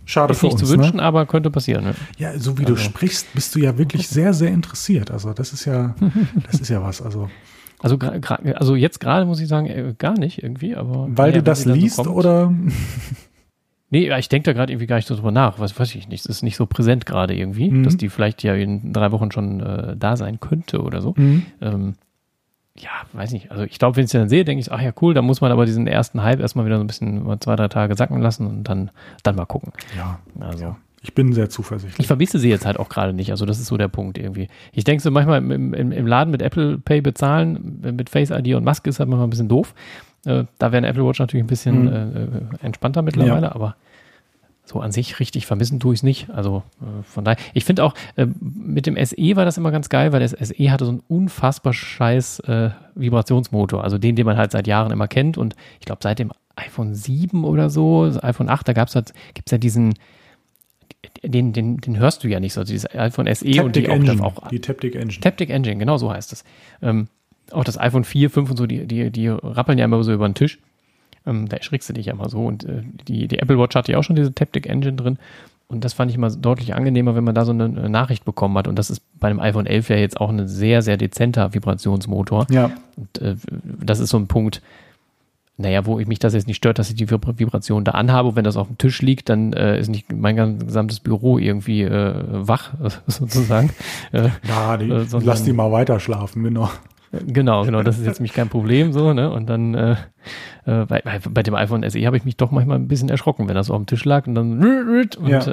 Schade ist für nicht uns, zu wünschen, ne? aber könnte passieren. Ne? Ja, so wie du sprichst, bist du ja wirklich sehr, sehr interessiert. Also das ist ja was. Also jetzt gerade muss ich sagen, gar nicht irgendwie, aber. Weil du das liest so oder? Nee, ich denke da gerade irgendwie gar nicht so drüber nach. Was weiß ich nicht. Es ist nicht so präsent gerade irgendwie, dass die vielleicht ja in 3 Wochen schon da sein könnte oder so. Ja, weiß nicht. Also ich glaube, wenn ich es dann sehe, denke ich, ach ja, cool, da muss man aber diesen ersten Hype erstmal wieder so ein bisschen 2-3 Tage sacken lassen und dann mal gucken. Ja, also. Ja. Ich bin sehr zuversichtlich. Ich vermisse sie jetzt halt auch gerade nicht. Also das ist so der Punkt irgendwie. Ich denke so manchmal im Laden mit Apple Pay bezahlen, mit Face ID und Maske ist halt manchmal ein bisschen doof. Da wäre eine Apple Watch natürlich ein bisschen entspannter mittlerweile, aber so an sich richtig vermissen tue ich es nicht. Also von daher, ich finde auch, mit dem SE war das immer ganz geil, weil das SE hatte so einen unfassbar scheiß Vibrationsmotor, also den man halt seit Jahren immer kennt und ich glaube seit dem iPhone 7 oder so, das iPhone 8, da gibt's ja diesen, den hörst du ja nicht so, dieses iPhone SE Taptic und die Engine, auch die Taptic Engine. Taptic Engine, genau so heißt es. Auch das iPhone 4, 5 und so, die rappeln ja immer so über den Tisch. Da erschrickst du dich ja immer so. Und die Apple Watch hatte ja auch schon diese Taptic Engine drin. Und das fand ich immer deutlich angenehmer, wenn man da so eine Nachricht bekommen hat. Und das ist bei dem iPhone 11 ja jetzt auch ein sehr, sehr dezenter Vibrationsmotor. Ja. Und das ist so ein Punkt, wo mich das jetzt nicht stört, dass ich die Vibration da anhabe. Und wenn das auf dem Tisch liegt, dann ist nicht mein gesamtes Büro irgendwie wach, sozusagen. Lass die mal weiter schlafen, genau. Genau, das ist jetzt nämlich kein Problem so, ne? Und dann bei dem iPhone SE habe ich mich doch manchmal ein bisschen erschrocken, wenn das so auf dem Tisch lag und dann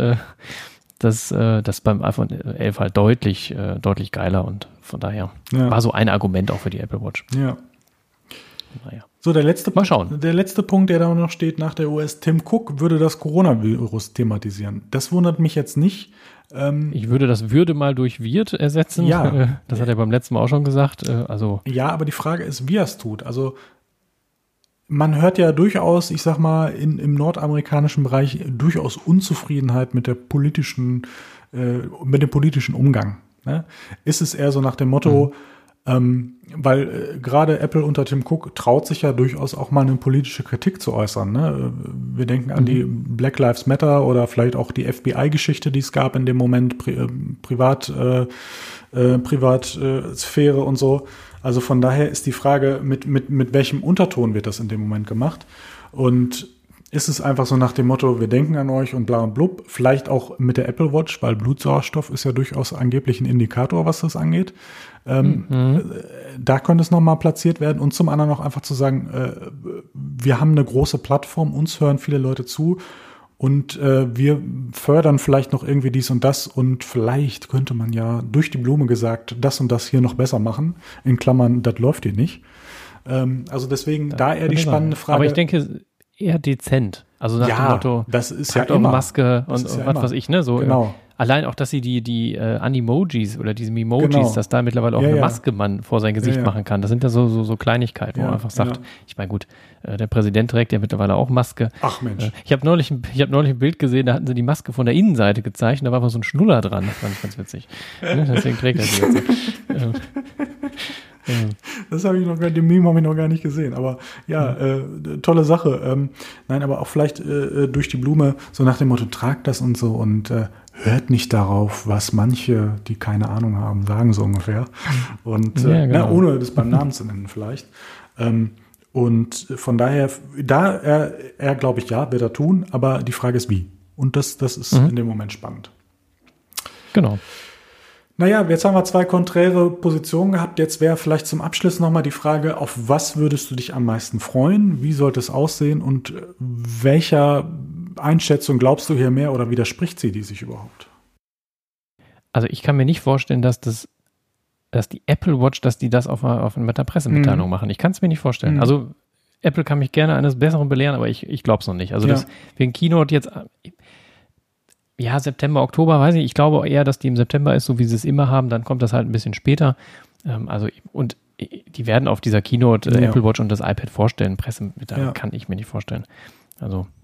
das beim iPhone 11 halt deutlich geiler und von daher war so ein Argument auch für die Apple Watch. Ja. Naja. So, Mal schauen. Der letzte Punkt, der da noch steht nach der US, Tim Cook würde das Coronavirus thematisieren. Das wundert mich jetzt nicht. Ich würde das Würde mal durch Wird ersetzen. Ja. Das hat er beim letzten Mal auch schon gesagt. Ja, aber die Frage ist, wie er es tut. Also man hört ja durchaus, ich sag mal, im nordamerikanischen Bereich durchaus Unzufriedenheit mit dem politischen Umgang. Ne? Ist es eher so nach dem Motto, weil gerade Apple unter Tim Cook traut sich ja durchaus auch mal eine politische Kritik zu äußern. Ne? Wir denken an die Black Lives Matter oder vielleicht auch die FBI-Geschichte, die es gab in dem Moment, Privatsphäre und so. Also von daher ist die Frage, mit welchem Unterton wird das in dem Moment gemacht? Und ist es einfach so nach dem Motto, wir denken an euch und bla und blub, vielleicht auch mit der Apple Watch, weil Blutsauerstoff ist ja durchaus angeblich ein Indikator, was das angeht. Da könnte es nochmal platziert werden und zum anderen auch einfach zu sagen, wir haben eine große Plattform, uns hören viele Leute zu und wir fördern vielleicht noch irgendwie dies und das und vielleicht könnte man ja durch die Blume gesagt das und das hier noch besser machen, in Klammern, das läuft hier nicht. Also deswegen da eher die spannende Frage. Aber ich denke eher dezent, also nach dem Motto, das ist ja immer Maske und was weiß ich, ne, so. Genau. Allein auch, dass sie die Animojis oder diese Memojis, dass da mittlerweile auch eine Maske man vor sein Gesicht machen kann. Das sind ja so Kleinigkeiten, wo man einfach sagt, ich meine gut, der Präsident trägt ja mittlerweile auch Maske. Ach Mensch. Ich habe neulich ein Bild gesehen, da hatten sie die Maske von der Innenseite gezeigt und da war einfach so ein Schnuller dran. Das fand ich ganz witzig. Deswegen trägt er sie jetzt so. Das den Meme habe ich noch gar nicht gesehen, aber tolle Sache. Nein, aber auch vielleicht durch die Blume, so nach dem Motto, tragt das und so und hört nicht darauf, was manche, die keine Ahnung haben, sagen so ungefähr. Und ohne das beim Namen zu nennen vielleicht. Und von daher, er glaube ich, wird er tun, aber die Frage ist wie. Und das ist in dem Moment spannend. Genau. Naja, jetzt haben wir 2 konträre Positionen gehabt. Jetzt wäre vielleicht zum Abschluss nochmal die Frage, auf was würdest du dich am meisten freuen? Wie sollte es aussehen? Und welcher Einschätzung glaubst du hier mehr oder widerspricht sie die sich überhaupt? Also ich kann mir nicht vorstellen, dass die Apple Watch, dass die das auf einer Pressemitteilung machen. Ich kann es mir nicht vorstellen. Also Apple kann mich gerne eines Besseren belehren, aber ich glaube es noch nicht. Also das wegen Keynote jetzt... Ja, September, Oktober, weiß ich. Ich glaube eher, dass die im September ist, so wie sie es immer haben. Dann kommt das halt ein bisschen später. Und die werden auf dieser Keynote Apple Watch und das iPad vorstellen. Pressemitteilung kann ich mir nicht vorstellen. Also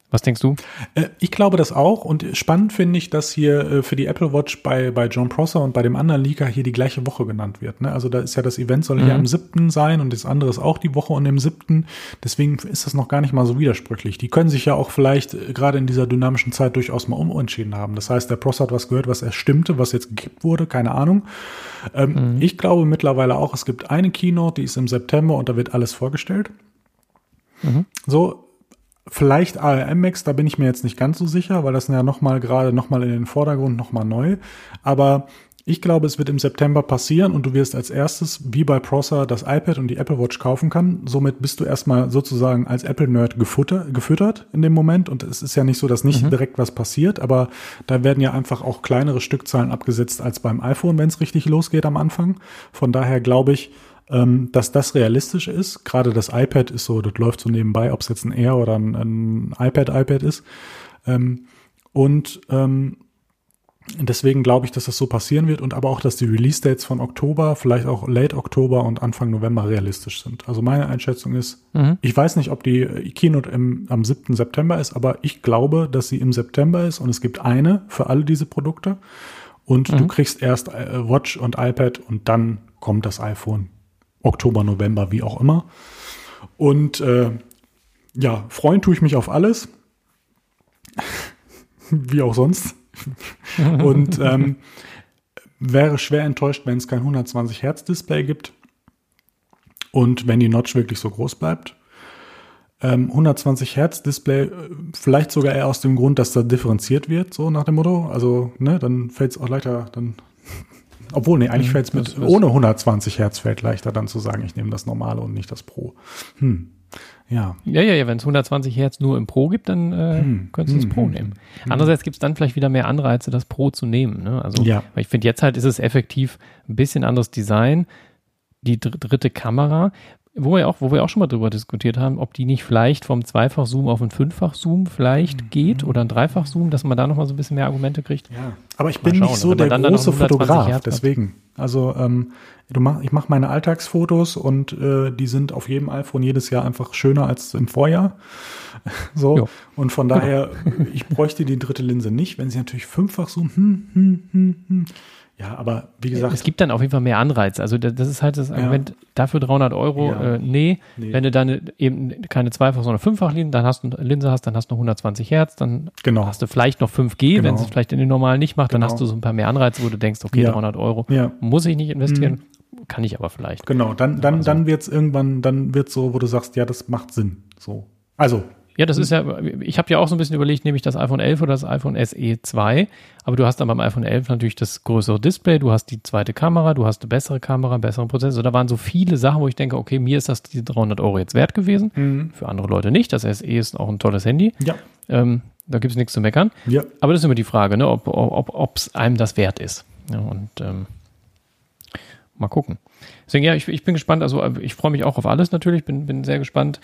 Was denkst du? Ich glaube das auch und spannend finde ich, dass hier für die Apple Watch bei John Prosser und bei dem anderen Leaker hier die gleiche Woche genannt wird. Ne? Also da ist ja das Event soll ja am 7. sein und das andere ist auch die Woche und im 7. Deswegen ist das noch gar nicht mal so widersprüchlich. Die können sich ja auch vielleicht gerade in dieser dynamischen Zeit durchaus mal umentschieden haben. Das heißt, der Prosser hat was gehört, was er stimmte, was jetzt gekippt wurde, keine Ahnung. Ich glaube mittlerweile auch, es gibt eine Keynote, die ist im September und da wird alles vorgestellt. So, vielleicht ARM-Max, da bin ich mir jetzt nicht ganz so sicher, weil das ja nochmal in den Vordergrund nochmal neu. Aber ich glaube, es wird im September passieren und du wirst als erstes, wie bei Prosser, das iPad und die Apple Watch kaufen können. Somit bist du erstmal sozusagen als Apple-Nerd gefüttert in dem Moment. Und es ist ja nicht so, dass nicht direkt was passiert, aber da werden ja einfach auch kleinere Stückzahlen abgesetzt als beim iPhone, wenn es richtig losgeht am Anfang. Von daher glaube ich, dass das realistisch ist. Gerade das iPad ist so, das läuft so nebenbei, ob es jetzt ein Air oder ein iPad ist. Deswegen glaube ich, dass das so passieren wird und aber auch, dass die Release-Dates von Oktober, vielleicht auch Late Oktober und Anfang November realistisch sind. Also meine Einschätzung ist, ich weiß nicht, ob die Keynote am 7. September ist, aber ich glaube, dass sie im September ist und es gibt eine für alle diese Produkte und du kriegst erst Watch und iPad und dann kommt das iPhone. Oktober, November, wie auch immer. Und freuen tue ich mich auf alles. Wie auch sonst. Und wäre schwer enttäuscht, wenn es kein 120 Hertz Display gibt und wenn die Notch wirklich so groß bleibt. 120 Hertz Display, vielleicht sogar eher aus dem Grund, dass da differenziert wird, so nach dem Motto. Also, ne, dann fällt es auch leichter, obwohl, nee, eigentlich fällt es ohne 120 Hertz fällt leichter dann zu sagen, ich nehme das Normale und nicht das Pro. Ja. Ja, wenn es 120 Hertz nur im Pro gibt, dann könntest du das Pro nehmen. Andererseits gibt es dann vielleicht wieder mehr Anreize, das Pro zu nehmen. Ne? Also, weil ich finde, jetzt halt ist es effektiv ein bisschen anderes Design. Die dritte Kamera, wo wir auch schon mal drüber diskutiert haben, ob die nicht vielleicht vom Zweifach-Zoom auf einen Fünffach-Zoom vielleicht geht oder ein Dreifach-Zoom, dass man da nochmal so ein bisschen mehr Argumente kriegt. Ja, aber ich bin nicht so der große Fotograf, deswegen. Also ich mache meine Alltagsfotos und die sind auf jedem iPhone jedes Jahr einfach schöner als im Vorjahr. So. Jo. Und von daher, ich bräuchte die dritte Linse nicht, wenn sie natürlich Fünffach-Zoom, Ja, aber wie gesagt. Es gibt dann auf jeden Fall mehr Anreiz. Also das ist halt das Argument, dafür 300 €, nee. Wenn du dann eben keine Zweifach, sondern Fünffach-Linse hast, dann hast du noch 120 Hertz, dann hast du vielleicht noch 5G, wenn es vielleicht in den normalen nicht macht, dann hast du so ein paar mehr Anreize, wo du denkst, okay, 300 € muss ich nicht investieren, kann ich aber vielleicht. Genau, dann wird es irgendwann, dann wird so, wo du sagst, ja, das macht Sinn. So. Also. Ja, das ist ja, ich habe ja auch so ein bisschen überlegt, nehme ich das iPhone 11 oder das iPhone SE 2, aber du hast dann beim iPhone 11 natürlich das größere Display, du hast die zweite Kamera, du hast eine bessere Kamera, einen besseren Prozessor, da waren so viele Sachen, wo ich denke, okay, mir ist das die 300 € jetzt wert gewesen, für andere Leute nicht, das SE ist auch ein tolles Handy, da gibt es nichts zu meckern, aber das ist immer die Frage, ne, ob es einem das wert ist, ja, und mal gucken. Deswegen, ja, ich bin gespannt, also ich freue mich auch auf alles natürlich, bin sehr gespannt.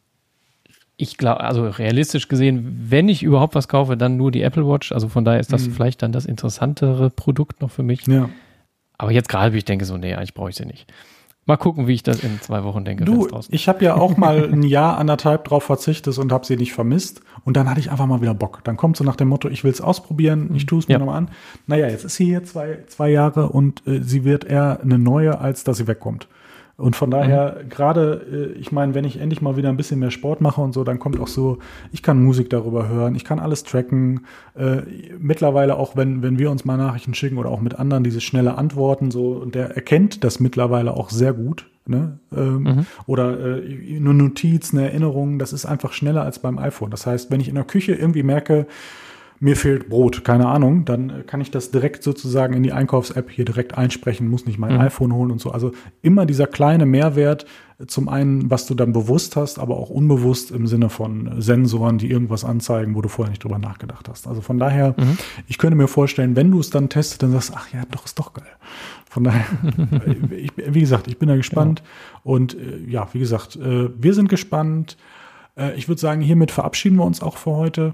Ich glaube, also realistisch gesehen, wenn ich überhaupt was kaufe, dann nur die Apple Watch. Also von daher ist das vielleicht dann das interessantere Produkt noch für mich. Ja. Aber jetzt gerade, wie ich denke, so, nee, eigentlich brauche ich sie nicht. Mal gucken, wie ich das in 2 Wochen denke. Ich habe ja auch mal ein Jahr, anderthalb drauf verzichtet und habe sie nicht vermisst. Und dann hatte ich einfach mal wieder Bock. Dann kommt so nach dem Motto, ich will es ausprobieren, ich tue es mir nochmal an. Naja, jetzt ist sie hier zwei Jahre und sie wird eher eine neue, als dass sie wegkommt. Und von daher, gerade, ich meine, wenn ich endlich mal wieder ein bisschen mehr Sport mache und so, dann kommt auch so, ich kann Musik darüber hören, ich kann alles tracken. Mittlerweile auch, wenn wir uns mal Nachrichten schicken oder auch mit anderen, diese schnelle Antworten so, und der erkennt das mittlerweile auch sehr gut. Ne? Oder eine Notiz, eine Erinnerung, das ist einfach schneller als beim iPhone. Das heißt, wenn ich in der Küche irgendwie merke, mir fehlt Brot, keine Ahnung, dann kann ich das direkt sozusagen in die Einkaufs-App hier direkt einsprechen, muss nicht mein iPhone holen und so. Also immer dieser kleine Mehrwert, zum einen, was du dann bewusst hast, aber auch unbewusst im Sinne von Sensoren, die irgendwas anzeigen, wo du vorher nicht drüber nachgedacht hast. Also von daher, ich könnte mir vorstellen, wenn du es dann testest, dann sagst du, ach ja, doch, ist doch geil. Von daher, wie gesagt, ich bin da gespannt. Genau. Und wie gesagt, wir sind gespannt. Ich würde sagen, hiermit verabschieden wir uns auch für heute.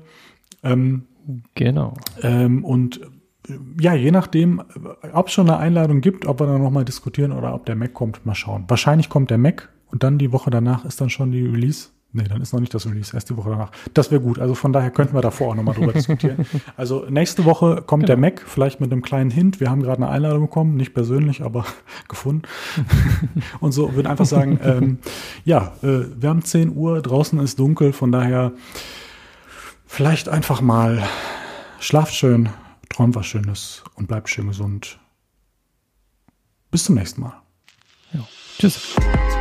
Genau. Und je nachdem, ob es schon eine Einladung gibt, ob wir dann nochmal diskutieren oder ob der Mac kommt, mal schauen. Wahrscheinlich kommt der Mac und dann die Woche danach ist dann schon die Release. Nee, dann ist noch nicht das Release, erst die Woche danach. Das wäre gut. Also von daher könnten wir davor auch nochmal drüber diskutieren. Also nächste Woche kommt der Mac, vielleicht mit einem kleinen Hint. Wir haben gerade eine Einladung bekommen, nicht persönlich, aber gefunden. Und so würde einfach sagen, wir haben 10 Uhr, draußen ist dunkel, von daher vielleicht einfach mal schlaft schön, träumt was Schönes und bleibt schön gesund. Bis zum nächsten Mal. Ja. Tschüss.